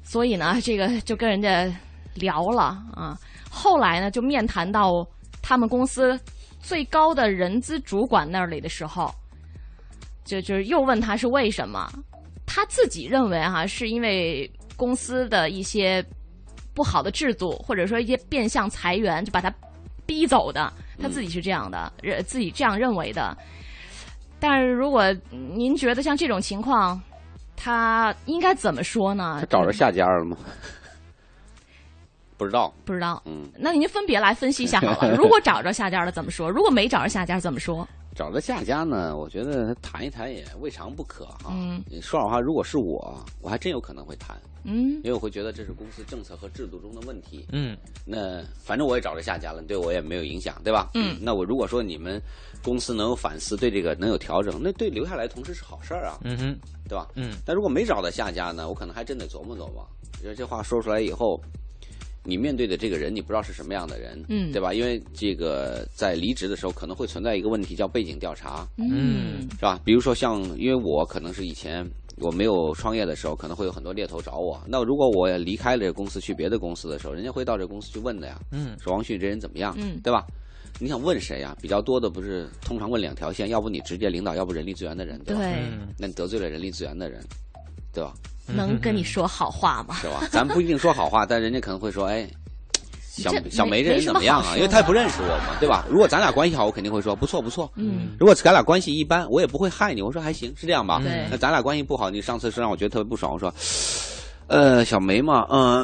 S1: 所以呢，这个就跟人家聊了啊。后来呢，就面谈到他们公司最高的人资主管那里的时候，就是又问他是为什么，他自己认为是因为公司的一些不好的制度，或者说一些变相裁员，就把他逼走的。他自己是这样的，自己这样认为的。但是如果您觉得像这种情况，他应该怎么说呢？
S4: 他找着下家了吗？不知道。那您分别来分析一下好了。如果找着下家了怎么说？如果没找着下家怎么说？找着下家呢，我觉得谈一谈也未尝不可哈。说实话，如果是我还真有可能会谈。因为我会觉得这是公司政策和制度中的问题。那反正我也找着下家了，对我也没有影响，对吧？那我如果说你们公司能有反思，对这个能有调整，那对留下来的同事是好事啊。对吧？但如果没找到下家呢，我可能还真得琢磨琢磨。因为这话说出来以后，你面对的这个人，你不知道是什么样的人，对吧？因为这个在离职的时候，可能会存在一个问题叫背景调查，是吧？比如说像，因为我可能是以前我没有创业的时候，可能会有很多猎头找我。那如果我离开了这个公司去别的公司的时候，人家会到这个公司去问的呀，说王旭这人怎么样，对吧？你想问谁呀？比较多的不是通常问两条线，要不你直接领导，要不人力资源的人，对吧？那你得罪了人力资源的人，对吧？
S1: 能跟你说好话吗？
S4: 是吧？咱不一定说好话，但人家可能会说，哎，小梅这人怎么样啊？因为他也不认识我嘛，对吧？如果咱俩关系好，我肯定会说不错不错。如果咱俩关系一般，我也不会害你，我说还行，是这样吧？那咱俩关系不好，你上次是让我觉得特别不爽，我说，小梅嘛，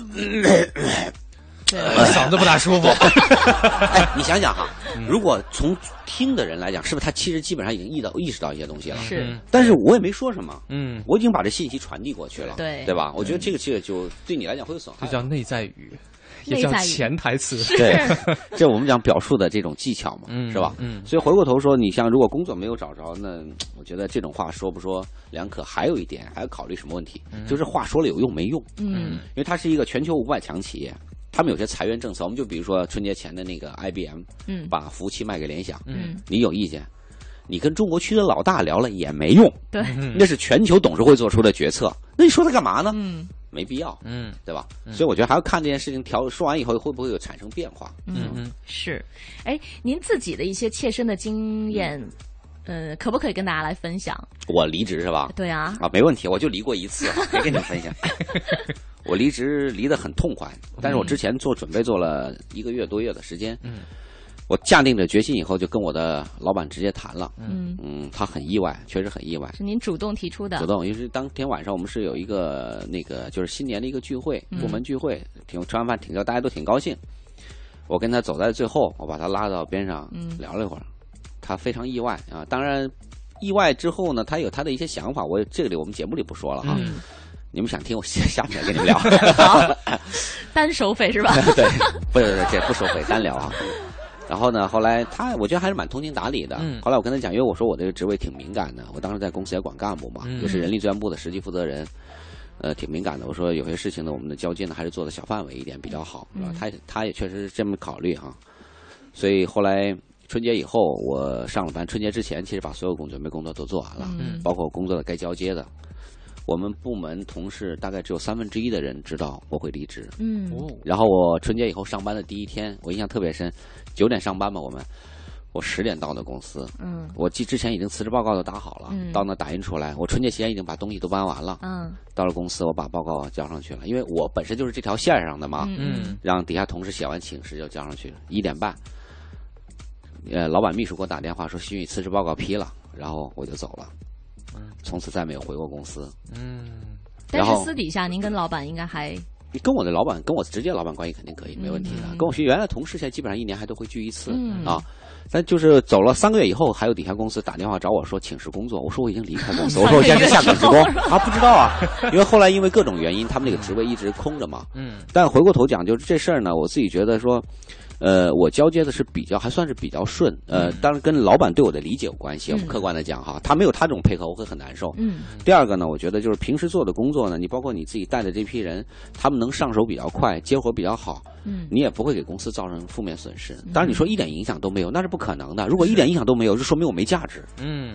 S3: 嗓子不大舒服。
S4: 哎，你想想哈，如果从听的人来讲，是不是他其实基本上已经意识到一些东西了？
S1: 是。
S4: 但是我也没说什么，我已经把这信息传递过去了，对吧？我觉得这个就对你来讲会有损害。
S3: 这叫内在语，也叫潜台词。
S4: 对，这我们讲表述的这种技巧嘛，是吧？所以回过头说，你像如果工作没有找着，那我觉得这种话说不说两可。还有一点，还要考虑什么问题？就是话说了有用没用？因为它是一个全球500强企业。他们有些裁员政策，我们就比如说春节前的那个 IBM，把服务器卖给联想，你有意见，你跟中国区的老大聊了也没用，
S1: 对，
S4: 那是全球董事会做出的决策，那你说它干嘛呢？没必要，对吧？所以我觉得还要看这件事情说完以后会不会有产生变化。
S1: 是，哎，您自己的一些切身的经验。可不可以跟大家来分享？
S4: 我离职是吧？
S1: 对啊，
S4: 没问题，我就离过一次，可以跟你们分享。我离职离得很痛快，但是我之前做准备做了1个月多月的时间。我下定了决心以后，就跟我的老板直接谈了。他很意外，确实很意外。
S1: 是您主动提出的？
S4: 主动，因为当天晚上我们是有一个就是新年的一个聚会，部门聚会，吃完饭大家都挺高兴。我跟他走在最后，我把他拉到边上聊了一会儿。他非常意外啊！当然，意外之后呢，他有他的一些想法。这里我们节目里不说了哈。你们想听，我下面跟你们聊。
S1: 好，单收费是吧？
S4: 对，不是这不收费，单聊啊。然后呢，后来我觉得还是蛮通情达理的。后来我跟他讲，因为我说我这个职位挺敏感的，我当时在公司也管干部嘛，也是人力资源部的实际负责人，挺敏感的。我说有些事情呢，我们的交接呢还是做的小范围一点比较好，是吧？他也确实是这么考虑哈。所以后来。春节以后，我上了班。春节之前，其实把所有准备工作都做完了，包括工作的该交接的。我们部门同事大概只有1/3的人知道我会离职。然后我春节以后上班的第一天，我印象特别深，9点上班嘛，我10点到的公司。我之前已经辞职报告都打好了，到那打印出来。我春节期间已经把东西都搬完了。到了公司，我把报告交上去了，因为我本身就是这条线上的嘛。让底下同事写完请示就交上去了。1点半。老板秘书给我打电话说徐宇辞职报告批了，然后我就走了，从此再没有回过公司。
S1: 但是私底下您跟老板应该还
S4: 跟我的老板跟我直接老板关系肯定可以，没问题的。跟我原来同事现在基本上1年还都会聚一次啊。但就是走了3个月以后，还有底下公司打电话找我说请示工作，我说我已经离开公司，我说我现在是下岗职工啊，不知道啊，因为后来因为各种原因，他们那个职位一直空着嘛。但回过头讲，就是这事儿呢，我自己觉得说。我交接的是还算是比较顺，当然跟老板对我的理解有关系。我们客观的讲哈，他没有他这种配合，我会很难受。第二个呢，我觉得就是平时做的工作呢，你包括你自己带的这批人，他们能上手比较快，接活比较好，你也不会给公司造成负面损失。当然你说一点影响都没有，那是不可能的。如果一点影响都没有，就说明我没价值。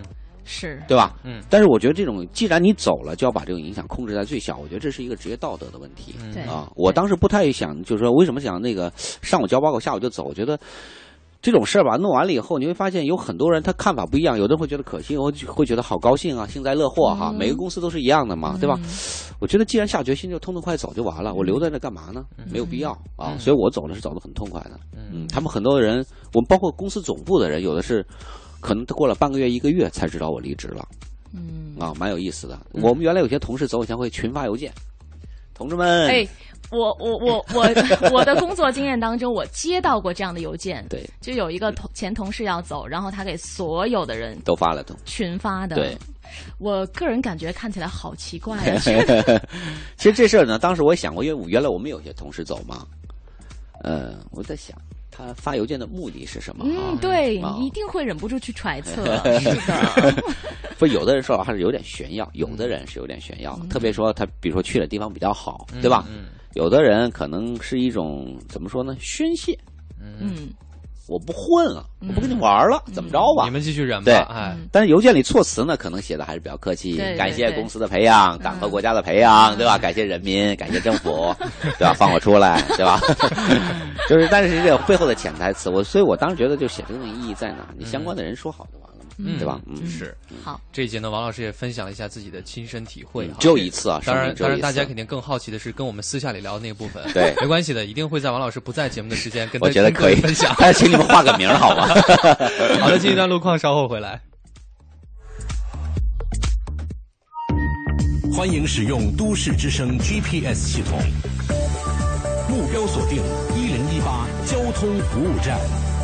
S1: 是，
S4: 对吧？但是我觉得这种，既然你走了，就要把这种影响控制在最小。我觉得这是一个职业道德的问题。
S1: 对
S4: 啊，我当时不太想，就是说为什么想那个上午交报告，下午就走？我觉得这种事儿吧，弄完了以后，你会发现有很多人他看法不一样，有的人会觉得可惜，会觉得好高兴啊，幸灾乐祸哈。每个公司都是一样的嘛，对吧？我觉得既然下决心，就痛快走就完了，我留在这干嘛呢？没有必要啊。所以我走的是走得很痛快的。他们很多人，我们包括公司总部的人，有的是可能他过了半个月、1个月才知道我离职了。蛮有意思的。我们原来有些同事走以前会群发邮件，同志们。
S1: 我的工作经验当中，我接到过这样的邮件，
S4: 对，
S1: 就有一个前同事要走，然后他给所有的人
S4: 都发了，
S1: 群发的。
S4: 对，
S1: 我个人感觉看起来好奇怪啊。
S4: 其实这事儿呢，当时我也想过，因为原来我们有些同事走嘛，我在想他发邮件的目的是什么？
S1: 对，你一定会忍不住去揣测。是的。
S4: 不，有的人说还是有点炫耀，有的人是有点炫耀，特别说他比如说去的地方比较好，对吧？有的人可能是一种怎么说呢？宣泄。我不混了，我不跟你玩了，怎么着吧？
S3: 你们继续忍吧。
S4: 对，但是邮件里措辞呢，可能写的还是比较客气，感谢公司的培养，党和国家的培养，对吧？感谢人民，感谢政府，对吧？放我出来，对吧？就是，但是这个背后的潜台词，所以我当时觉得，就写这个东西意义在哪？你相关的人说好就完了。对吧？
S3: 是。
S1: 好，
S3: 这一节呢，王老师也分享了一下自己的亲身体会。
S4: 只有一次啊，
S3: 当然，大家肯定更好奇的是跟我们私下里聊的那部分。
S4: 对，
S3: 没关系的，一定会在王老师不在节目的时间跟
S4: 我觉得可以
S3: 分享。
S4: 但是请你们画个名好吗？
S3: 好的，进一段路况，稍后回来。
S5: 欢迎使用都市之声 GPS 系统，目标锁定1018交通服务站。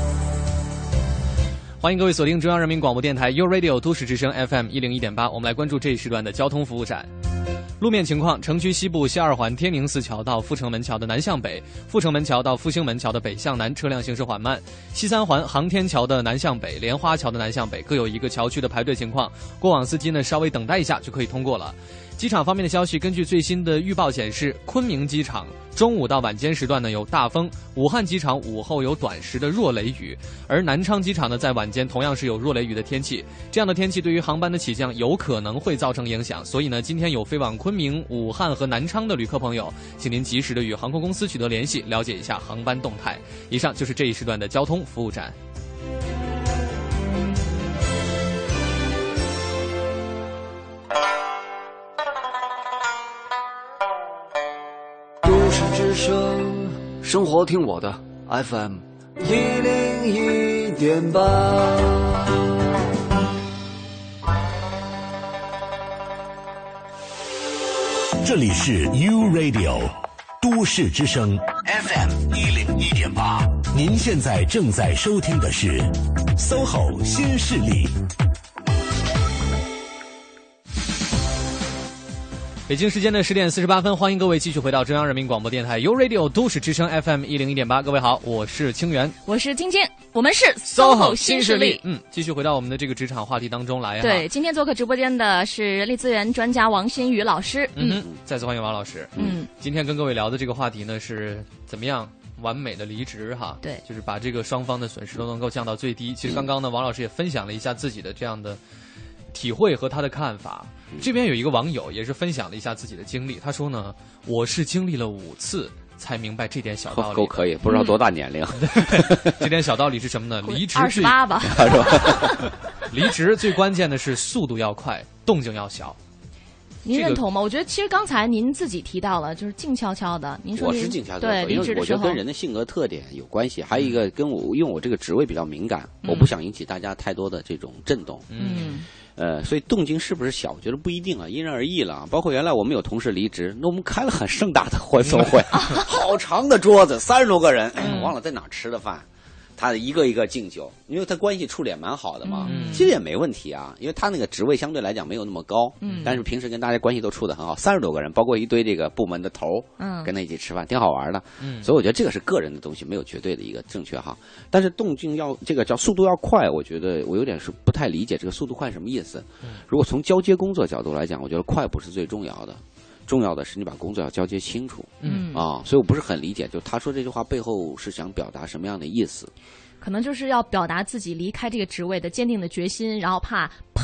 S3: 欢迎各位锁定中央人民广播电台 You Radio 都市之声 FM 101.8，我们来关注这一时段的交通服务站。路面情况：城区西部西二环天宁寺桥到阜成门桥的南向北，阜成门桥到复兴门桥的北向南车辆行驶缓慢；西三环航天桥的南向北、莲花桥的南向北各有一个桥区的排队情况，过往司机呢稍微等待一下就可以通过了。机场方面的消息，根据最新的预报显示，昆明机场中午到晚间时段呢有大风，武汉机场午后有短时的弱雷雨，而南昌机场呢在晚间同样是有弱雷雨的天气。这样的天气对于航班的起降有可能会造成影响，所以呢，今天有飞往昆明、武汉和南昌的旅客朋友，请您及时的与航空公司取得联系，了解一下航班动态。以上就是这一时段的交通服务站。
S10: 生活听我的 FM 101.8。
S5: 这里是 U Radio 都市之声 FM 101.8。您现在正在收听的是 SOHO 新势力。
S3: 北京时间的10点48分，欢迎各位继续回到中央人民广播电台 You Radio 都市之声 FM 101.8。各位好，我是清源，
S1: 我是晶晶，我们是 SOHO 新势力。
S3: 继续回到我们的这个职场话题当中来。
S1: 对，今天做客直播间的是人力资源专家王新宇老师。
S3: 再次欢迎王老师。今天跟各位聊的这个话题呢是怎么样完美的离职哈？
S1: 对，
S3: 就是把这个双方的损失都能够降到最低。其实刚刚呢，王老师也分享了一下自己的这样的体会和他的看法。这边有一个网友也是分享了一下自己的经历，他说呢，我是经历了5次才明白这点小道理。
S4: 够可以，不知道多大年龄。
S3: 这点小道理是什么呢？离职
S1: 28吧，
S4: 是吧？
S3: 离职最关键的是速度要快，动静要小。
S1: 您认同吗？我觉得其实刚才您自己提到了，就是静悄悄的。您说
S4: 我是静悄悄的，
S1: 对，离职的时候，
S4: 我觉得跟人的性格特点有关系，还有一个跟我，因为我这个职位比较敏感，我不想引起大家太多的这种震动。所以动静是不是小，我觉得不一定啊，因人而异了。包括原来我们有同事离职，那我们开了很盛大的欢送会，好长的桌子，30多个人，忘了在哪儿吃的饭。他一个一个敬酒，因为他关系处理也蛮好的嘛，其实也没问题啊，因为他那个职位相对来讲没有那么高，但是平时跟大家关系都处得很好，30多个人，包括一堆这个部门的头，跟他一起吃饭，挺好玩的，所以我觉得这个是个人的东西，没有绝对的一个正确哈。但是动静要这个叫速度要快，我觉得我有点是不太理解这个速度快什么意思。如果从交接工作角度来讲，我觉得快不是最重要的。重要的是你把工作要交接清楚，所以我不是很理解，就他说这句话背后是想表达什么样的意思？
S1: 可能就是要表达自己离开这个职位的坚定的决心，然后怕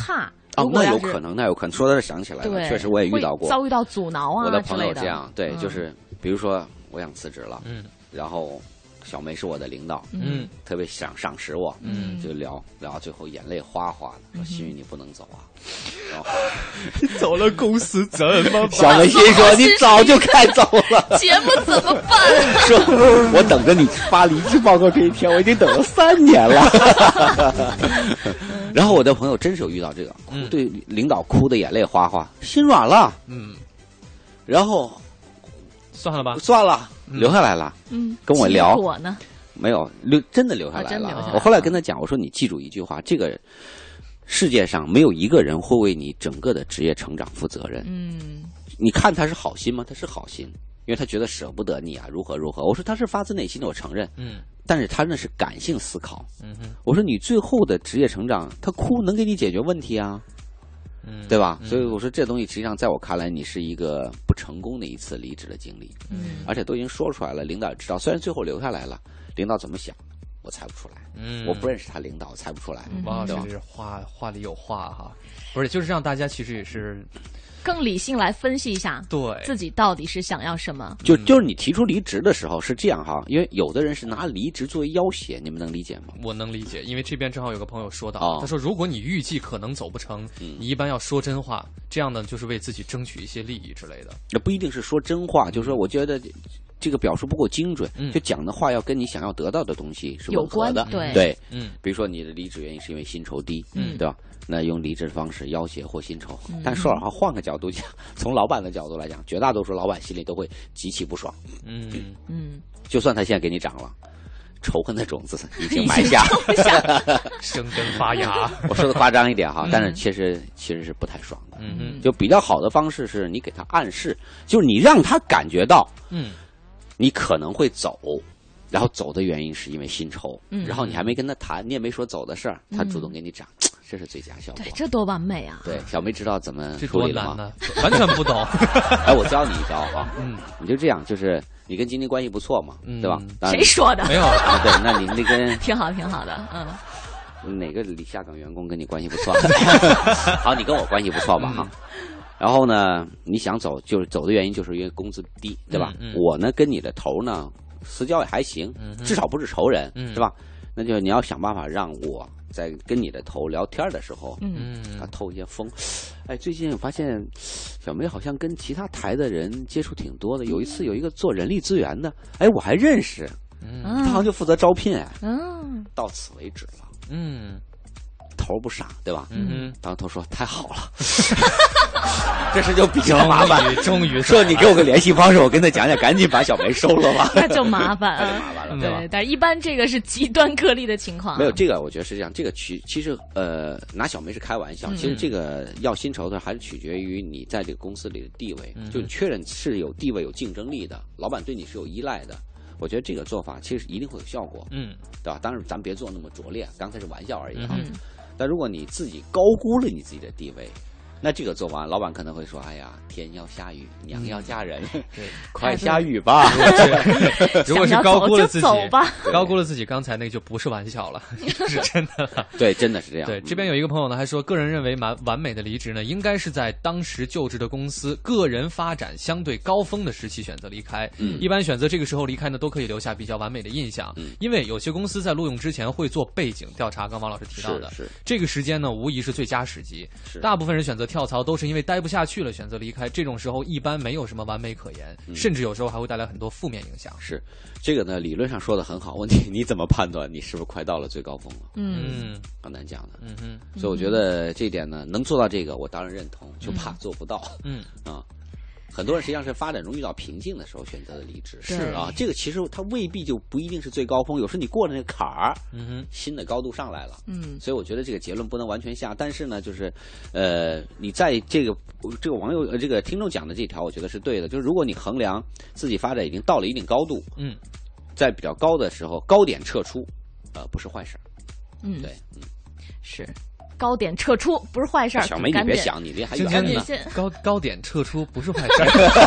S4: 哦，那有可能，那有可能。说到这想起来了，确实我也遇到过，
S1: 遭遇到阻挠啊，
S4: 我的朋友这样，对，就是比如说我想辞职了，然后小梅是我的领导，特别想赏识我，就聊到最后眼泪哗哗的，说新宇你不能走啊，然后
S3: 走了公司怎么办？
S4: 小梅心说你早就该走了，
S1: 节目怎么办？
S4: 说我等着你发离职报告这一天，我已经等了3年了。然后我的朋友真是有遇到这个，对领导哭的眼泪哗哗，心软了，然后
S3: 算了吧，
S4: 算了，留下来了，跟我聊，
S1: 我呢
S4: 没有真的留下来了。我后来跟他讲，我说你记住一句话，这个世界上没有一个人会为你整个的职业成长负责任。你看他是好心吗？他是好心，因为他觉得舍不得你啊，如何如何。我说他是发自内心的，我承认。但是他那是感性思考。我说你最后的职业成长，他哭能给你解决问题啊，对吧？所以我说这东西实际上在我看来，你是一个不成功的一次离职的经历。而且都已经说出来了，领导也知道。虽然最后留下来了，领导怎么想，我猜不出来。我不认识他领导，我猜不出来。
S3: 哇，这是话里有话哈，不是，就是让大家其实也是
S1: 更理性来分析一下，
S3: 对
S1: 自己到底是想要什么。
S4: 就是你提出离职的时候是这样哈，因为有的人是拿离职作为要挟，你们能理解吗？
S3: 我能理解，因为这边正好有个朋友说到，他说如果你预计可能走不成，你一般要说真话，这样呢就是为自己争取一些利益之类的。
S4: 那不一定是说真话，就是说我觉得这个表述不够精准，就讲的话要跟你想要得到的东西是吻合的。对，比如说你的离职原因是因为薪酬低，对吧？那用离职的方式要挟或薪酬。但说实话，换个角度讲，从老板的角度来讲，绝大多数老板心里都会极其不爽。就算他现在给你涨了，仇恨的种子已经埋下，
S3: 生根发芽。
S4: 我说的夸张一点哈，但是其实是不太爽的。就比较好的方式是你给他暗示，就是你让他感觉到，你可能会走，然后走的原因是因为薪酬，然后你还没跟他谈，你也没说走的事儿，他主动给你涨，这是最佳效果。
S1: 对，这多完美啊！
S4: 对，小梅知道怎么处理了吗？
S3: 完全不懂。
S4: 哎，我教你一招啊，你就这样，就是你跟晶晶关系不错嘛，对吧？
S1: 谁说的？
S3: 没有。
S4: 对，那你那跟
S1: 挺好的，
S4: 哪个下岗员工跟你关系不错？好，你跟我关系不错吧？哈。然后呢，你想走，就是走的原因就是因为工资低，对吧？我呢跟你的头呢私交也还行，至少不是仇人，是吧？那就你要想办法让我在跟你的头聊天的时候，他透一些风。哎，最近我发现小梅好像跟其他台的人接触挺多的。有一次有一个做人力资源的，哎，我还认识，他好像就负责招聘，哎，到此为止了，头不傻，对吧？当头说太好了。这事就比较麻烦，
S3: 终于
S4: 说你给我个联系方式，我跟他讲讲，赶紧把小梅收了吧。
S1: 那就麻烦，
S4: 对吧？
S1: 但是一般这个是极端个例的情况。
S4: 没有这个，我觉得是这样。这个其实拿小梅是开玩笑，其实这个要薪酬的还是取决于你在这个公司里的地位，就确认是有地位、有竞争力的，老板对你是有依赖的。我觉得这个做法其实一定会有效果，对吧？当然咱别做那么拙劣，刚才是玩笑而已哈。但如果你自己高估了你自己的地位，那这个做完，老板可能会说：“哎呀，天要下雨，娘要嫁人，快下雨吧。”
S3: 如果是高估了自己，高估了自己，刚才那个就不是玩笑了，是真的了。
S4: 对，真的是这样。
S3: 对，这边有一个朋友呢，还说，个人认为完美的离职呢，应该是在当时就职的公司个人发展相对高峰的时期选择离开。一般选择这个时候离开呢，都可以留下比较完美的印象。因为有些公司在录用之前会做背景调查，刚王老师提到的，这个时间呢，无疑是最佳时机。大部分人选择跳槽都是因为待不下去了，选择离开。这种时候一般没有什么完美可言，甚至有时候还会带来很多负面影响。
S4: 是这个呢，理论上说的很好，问题你怎么判断你是不是快到了最高峰了？很难讲的。所以我觉得这一点呢，能做到这个，我当然认同，就怕做不到。很多人实际上是发展中遇到瓶颈的时候选择的离职。
S3: 是
S4: 啊，这个其实它未必就不一定是最高峰，有时你过了那个坎儿，新的高度上来了。所以我觉得这个结论不能完全下，但是呢，就是你在这个网友这个听众讲的这条，我觉得是对的。就是如果你衡量自己发展已经到了一定高度，在比较高的时候高点撤出，不是坏事。对，
S1: 是。高点撤出不是坏事儿。
S4: 小梅，你别想，你这还远呢。
S3: 高点撤出不是坏事儿。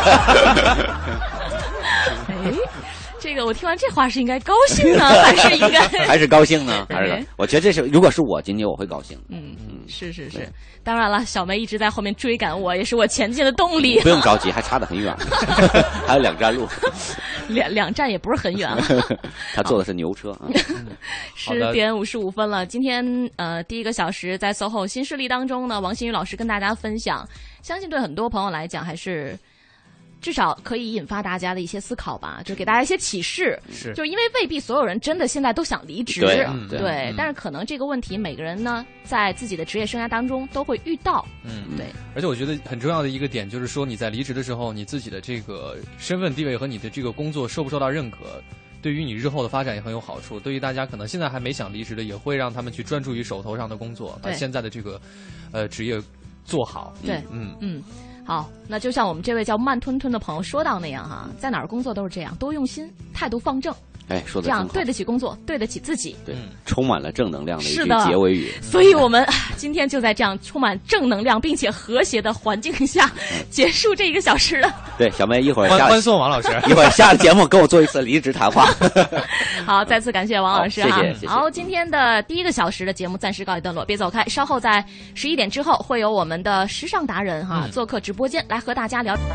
S1: 哎，这个我听完这话是应该高兴呢，还是应该
S4: 还是高兴呢？还是我觉得这是，如果是我今天我会高兴。
S1: 是是是，当然了，小梅一直在后面追赶我，也是我前进的动力。
S4: 不用着急，还差得很远，还有2站路。
S1: 两站也不是很远了。
S4: 他坐的是牛车啊。
S1: 10点55分了，今天第1个小时在 SOHO 新势力当中呢，王新宇老师跟大家分享，相信对很多朋友来讲还是。至少可以引发大家的一些思考吧，就给大家一些启示。
S3: 是，
S1: 就因为未必所有人真的现在都想离职，
S4: 对，
S1: 但是可能这个问题每个人呢，在自己的职业生涯当中都会遇到。对。
S3: 而且我觉得很重要的一个点就是说，你在离职的时候，你自己的这个身份地位和你的这个工作受不受到认可，对于你日后的发展也很有好处。对于大家可能现在还没想离职的，也会让他们去专注于手头上的工作，把现在的这个职业做好。
S1: 对，好，那就像我们这位叫慢吞吞的朋友说到那样哈，在哪儿工作都是这样，多用心，态度方正。
S4: 哎，说的
S1: 这样对得起工作，对得起自己。
S4: 对，充满了正能量的一句结尾语。
S1: 所以我们今天就在这样充满正能量并且和谐的环境下结束这1个小时了。
S4: 对，小梅一会儿
S3: 欢送王老师，
S4: 一会儿下了节目跟我做一次离职谈话。
S1: 好，再次感谢王老师哈。
S4: 谢谢。
S1: 好，今天的第1个小时的节目暂时告一段落，别走开，稍后在11点之后会有我们的时尚达人哈做客直播间来和大家聊。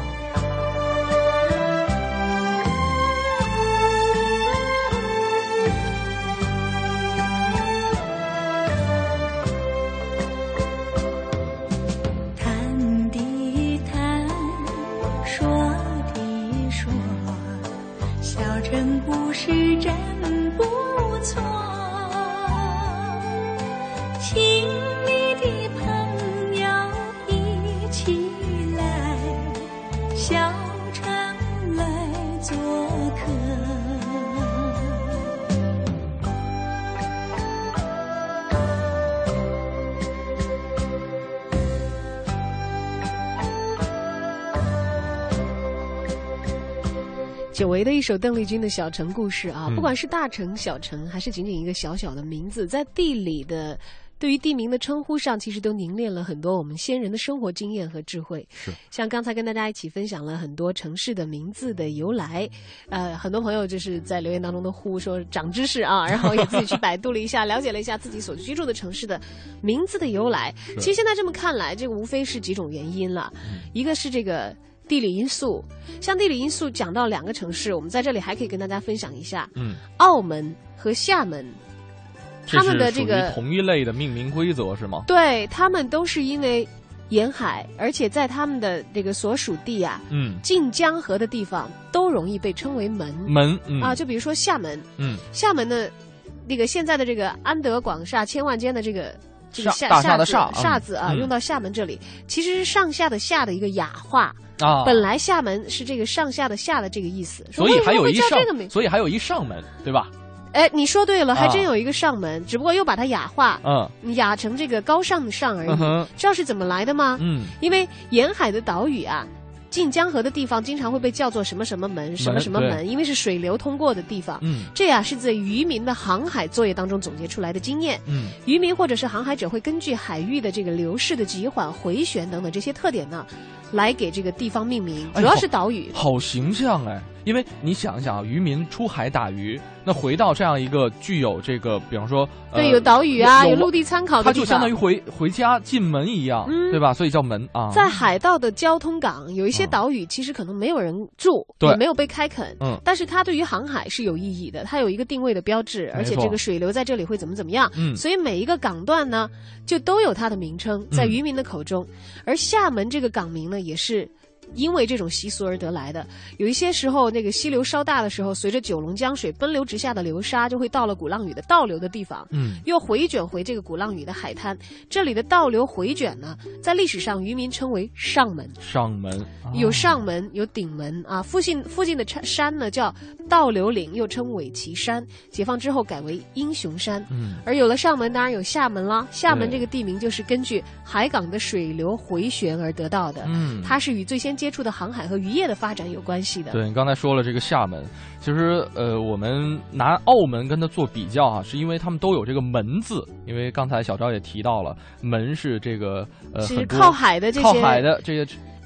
S11: 真不是真不错，亲密的朋友一起来，小城来做客。
S12: 久违的一首邓丽君的《小城故事》啊，不管是大城、小城，还是仅仅一个小小的名字，在地理的对于地名的称呼上，其实都凝练了很多我们先人的生活经验和智慧。
S13: 是，
S12: 像刚才跟大家一起分享了很多城市的名字的由来，很多朋友就是在留言当中都呼说长知识啊，然后也自己去百度了一下，了解了一下自己所居住的城市的名字的由来。其实现在这么看来，这个无非是几种原因了，一个是这个地理因素，像地理因素讲到2个城市，我们在这里还可以跟大家分享一下，澳门和厦门，他们的这个
S13: 同一类的命名规则是吗？
S12: 对，他们都是因为沿海，而且在他们的这个所属地啊，近江河的地方都容易被称为门啊，就比如说厦门，厦门的那个现在的这个安德广厦千万间的这个
S13: 大厦的
S12: 厦字啊，用到厦门这里，其实是上下的下的一个雅化。本来厦门是这个上下的下的这个意思，
S13: 所以还有一上门，对吧？
S12: 哎，你说对了，还真有一个上门，只不过又把它雅化，雅成这个高尚的上而已。知道是怎么来的吗？因为沿海的岛屿啊，近江河的地方经常会被叫做什么什么门、什么什么门，因为是水流通过的地方。这呀是在渔民的航海作业当中总结出来的经验。渔民或者是航海者会根据海域的这个流势的急缓、回旋等等这些特点呢，来给这个地方命名，主要是岛屿。
S13: 好形象哎！因为你想想，渔民出海打鱼，那回到这样一个具有这个，比方说，
S12: 对，有岛屿啊，有陆地参考的地方，
S13: 它就相当于回家进门一样，对吧？所以叫门啊。
S12: 在海盗的交通港，有一些岛屿其实可能没有人住，也没有被开垦，但是它对于航海是有意义的，它有一个定位的标志，而且这个水流在这里会怎么样，所以每一个港段呢，就都有它的名称，在渔民的口中。而厦门这个港名呢，也是因为这种习俗而得来的。有一些时候，那个溪流稍大的时候，随着九龙江水奔流直下的流沙，就会到了鼓浪屿的倒流的地方，又回卷回这个鼓浪屿的海滩。这里的倒流回卷呢，在历史上渔民称为上门。
S13: 上门、
S12: 有上门，有顶门啊。附近的山呢叫倒流岭，又称尾旗山。解放之后改为英雄山。而有了上门，当然有厦门啦。厦门这个地名就是根据海港的水流回旋而得到的。它是与最先接触的航海和渔业的发展有关系的。
S13: 对，你刚才说了这个厦门，其实我们拿澳门跟它做比较啊，是因为他们都有这个门字，因为刚才小昭也提到了，门是这个
S12: 是靠海的这些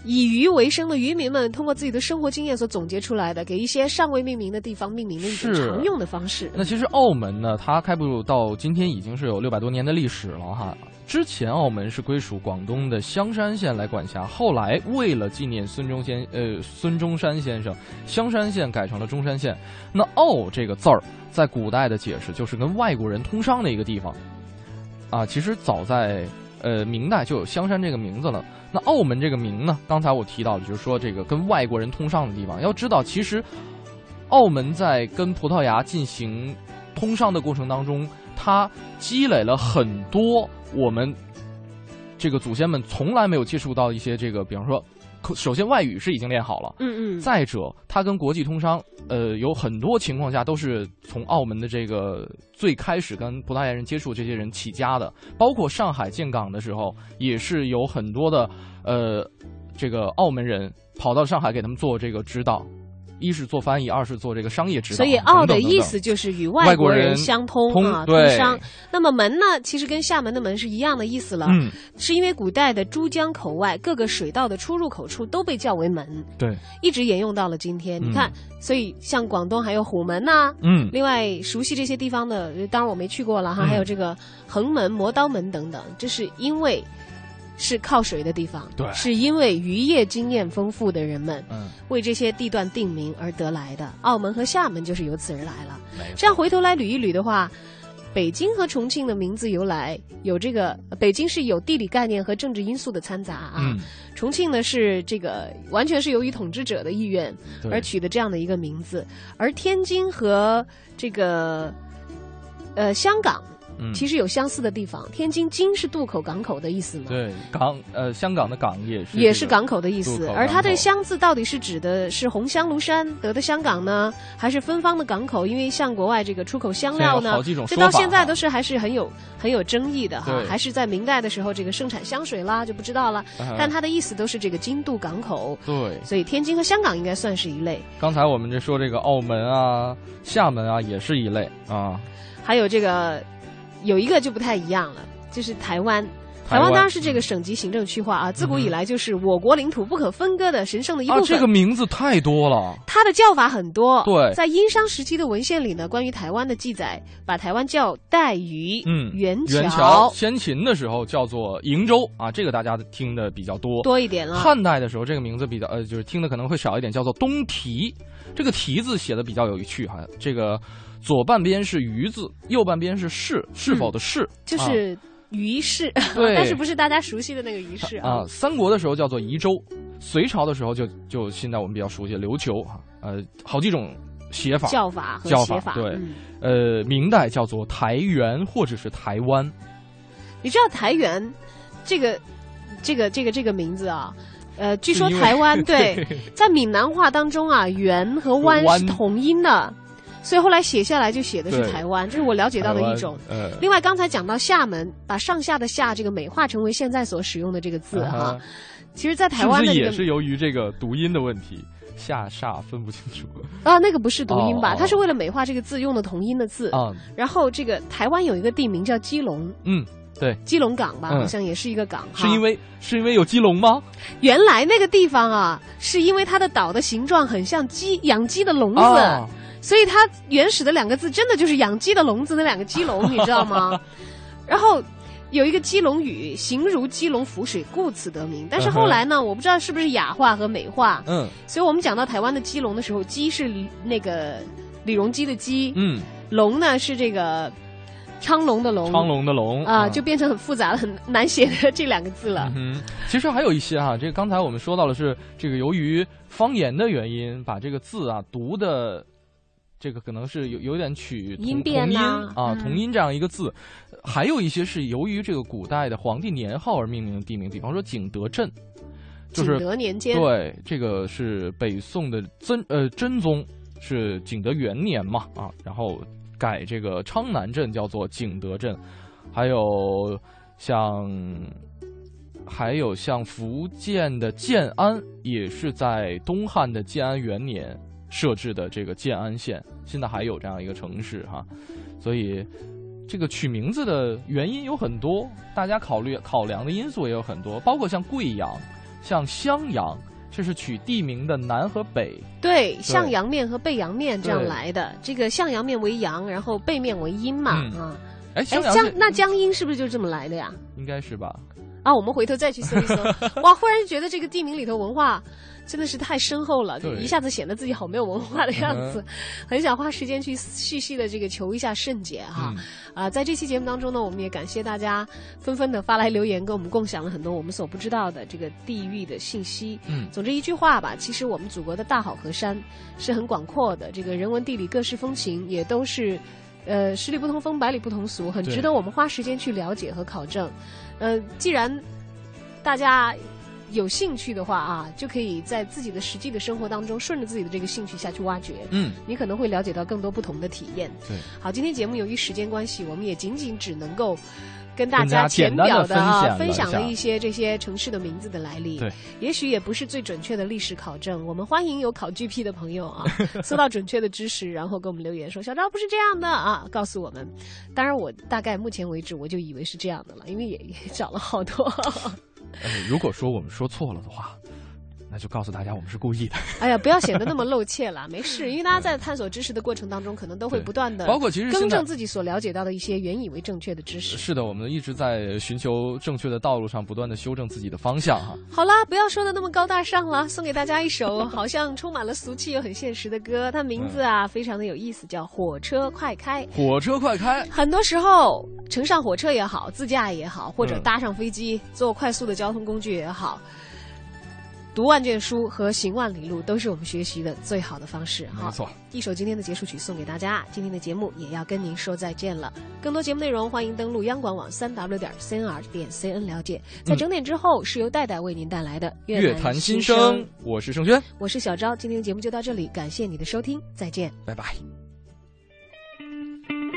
S12: 以渔为生的渔民们通过自己的生活经验所总结出来的，给一些尚未命名的地方命名的一种常用的方式。
S13: 那其实澳门呢，它开埠到今天已经是有600多年的历史了哈。之前澳门是归属广东的香山县来管辖，后来为了纪念孙中山先生，香山县改成了中山县。那澳这个字儿在古代的解释就是跟外国人通商的一个地方啊。其实早在明代就有香山这个名字了。那澳门这个名呢，刚才我提到的就是说这个跟外国人通商的地方。要知道，其实澳门在跟葡萄牙进行通商的过程当中，它积累了很多我们这个祖先们从来没有接触到一些这个，比方说，首先外语是已经练好了，再者，它跟国际通商，有很多情况下都是从澳门的这个最开始跟葡萄牙人接触这些人起家的，包括上海建港的时候，也是有很多的这个澳门人跑到上海给他们做这个指导。一是做翻译，二是做这个商业指导。
S12: 所以澳的意思就是与外国人相通啊，通商。那么门呢，其实跟厦门的门是一样的意思了。是因为古代的珠江口外各个水道的出入口处都被叫为门，
S13: 对，
S12: 一直沿用到了今天。你看，所以像广东还有虎门呐，另外熟悉这些地方的，当然我没去过了哈，还有这个横门、磨刀门等等，这是因为是靠水的地方，
S13: 对，
S12: 是因为渔业经验丰富的人们，为这些地段定名而得来的。澳门和厦门就是由此而来了。这样回头来捋一捋的话，北京和重庆的名字由来有这个，北京是有地理概念和政治因素的掺杂啊，重庆呢是这个完全是由于统治者的意愿而取的这样的一个名字，而天津和这个香港。其实有相似的地方，天津津是渡口港口的意思嘛？
S13: 对，香港的港
S12: 也是港口的意思。而它的香字到底是指的是红香庐山得的香港呢，还是芬芳的港口？因为向国外这个出口香料呢，这到现在都是还是很有争议的哈。还是在明代的时候，这个生产香水啦就不知道了。但它的意思都是这个津渡港口。
S13: 对，
S12: 所以天津和香港应该算是一类。
S13: 刚才我们说这个澳门啊、厦门啊也是一类啊。
S12: 还有这个。有一个就不太一样了，就是台湾。台湾当然是这个省级行政区划啊，自古以来就是我国领土不可分割的神圣的一部分。
S13: 这个名字太多了，
S12: 它的叫法很多。
S13: 对，
S12: 在殷商时期的文献里呢，关于台湾的记载，把台湾叫岱屿、元桥。
S13: 先秦的时候叫做瀛洲啊，这个大家听的比较多
S12: 一点了。
S13: 汉代的时候，这个名字比较就是听的可能会少一点，叫做东提。这个提字写的比较有趣哈，这个。左半边是鱼字，右半边是是否的是，
S12: 就是于氏，
S13: 对，
S12: 但是不是大家熟悉的那个于氏啊？
S13: 三国的时候叫做宜州，隋朝的时候就现在我们比较熟悉琉球哈，好几种写法、
S12: 叫法和写法，
S13: 对，明代叫做台原或者是台湾。
S12: 你知道台原这个名字啊？据说台湾对在闽南话当中啊，原和湾是同音的。所以后来写下来就写的是台湾，这是我了解到的一种。另外刚才讲到厦门，把上下的下这个美化成为现在所使用的这个字哈。其实，在台湾的
S13: 是不是也是由于这个读音的问题，下煞分不清楚
S12: 啊？那个不是读音吧？它是为了美化这个字用的同音的字
S13: 啊。
S12: 然后这个台湾有一个地名叫基隆，
S13: 对，
S12: 基隆港吧，好像也是一个港。
S13: 是因为有基隆吗？
S12: 原来那个地方啊，是因为它的岛的形状很像养鸡的笼子。所以它原始的两个字真的就是养鸡的笼子那两个鸡笼，你知道吗？然后有一个基隆屿，形如基隆浮水，故此得名。但是后来呢，我不知道是不是雅化和美化。所以我们讲到台湾的基隆的时候，基是那个李荣基的基，龙呢是这个昌隆的隆啊，就变成很复杂的、很难写的这两个字了。
S13: 其实还有一些哈，这个刚才我们说到的是这个由于方言的原因，把这个字啊读的。这个可能是有点取
S12: 音变
S13: 啊，同音这样一个字，还有一些是由于这个古代的皇帝年号而命名的地名，比方说景德镇，就是
S12: 景德年间，
S13: 对，这个是北宋的真宗是景德元年嘛啊，然后改这个昌南镇叫做景德镇，还有像福建的建安，也是在东汉的建安元年。设置的这个建安县，现在还有这样一个城市哈，所以这个取名字的原因有很多，大家考量的因素也有很多，包括像贵阳， 像襄阳，这是取地名的南和北。
S12: 对，向阳面和背阳面这样来的。这个向阳面为阳，然后背面为阴嘛。那江阴是不是就这么来的呀？
S13: 应该是吧。
S12: 我们回头再去搜一搜。哇，忽然觉得这个地名里头文化真的是太深厚了，就一下子显得自己好没有文化的样子，很想花时间去细细的这个求一下圣解哈。在这期节目当中呢，我们也感谢大家纷纷的发来留言，跟我们共享了很多我们所不知道的这个地域的信息。总之一句话吧，其实我们祖国的大好河山是很广阔的，这个人文地理各式风情也都是十里不同风，百里不同俗，很值得我们花时间去了解和考证。既然大家有兴趣的话就可以在自己的实际的生活当中，顺着自己的这个兴趣下去挖掘。你可能会了解到更多不同的体验。
S13: 对，
S12: 好，今天节目由于时间关系，我们也仅只能够跟大家浅表的分享了一些这些城市的名字的来历。
S13: 对，
S12: 也许也不是最准确的历史考证，我们欢迎有考 GP 的朋友搜到准确的知识，然后给我们留言说小赵不是这样的告诉我们。当然我大概目前为止我就以为是这样的了，因为也找了好多。
S13: 如果说我们说错了的话，那就告诉大家我们是故意的。
S12: 哎呀，不要显得那么露怯了，没事，因为大家在探索知识的过程当中，可能都会不断的，
S13: 包括其实
S12: 更正自己所了解到的一些原以为正确的知识。
S13: 是的，我们一直在寻求正确的道路上，不断的修正自己的方向哈。
S12: 好啦，不要说的那么高大上了，送给大家一首好像充满了俗气又很现实的歌，它名字非常的有意思，叫《火车快开》。
S13: 火车快开，
S12: 很多时候乘上火车也好，自驾也好，或者搭上飞机坐快速的交通工具也好。读万卷书和行万里路都是我们学习的最好的方式。
S13: 没错，
S12: 一首今天的结束曲送给大家。今天的节目也要跟您说再见了。更多节目内容欢迎登录央广网3w.cnr.cn 了解。在整点之后是由戴戴为您带来的
S13: 乐坛新声。我是盛轩，
S12: 我是小昭。今天的节目就到这里，感谢你的收听，再见，
S13: 拜拜。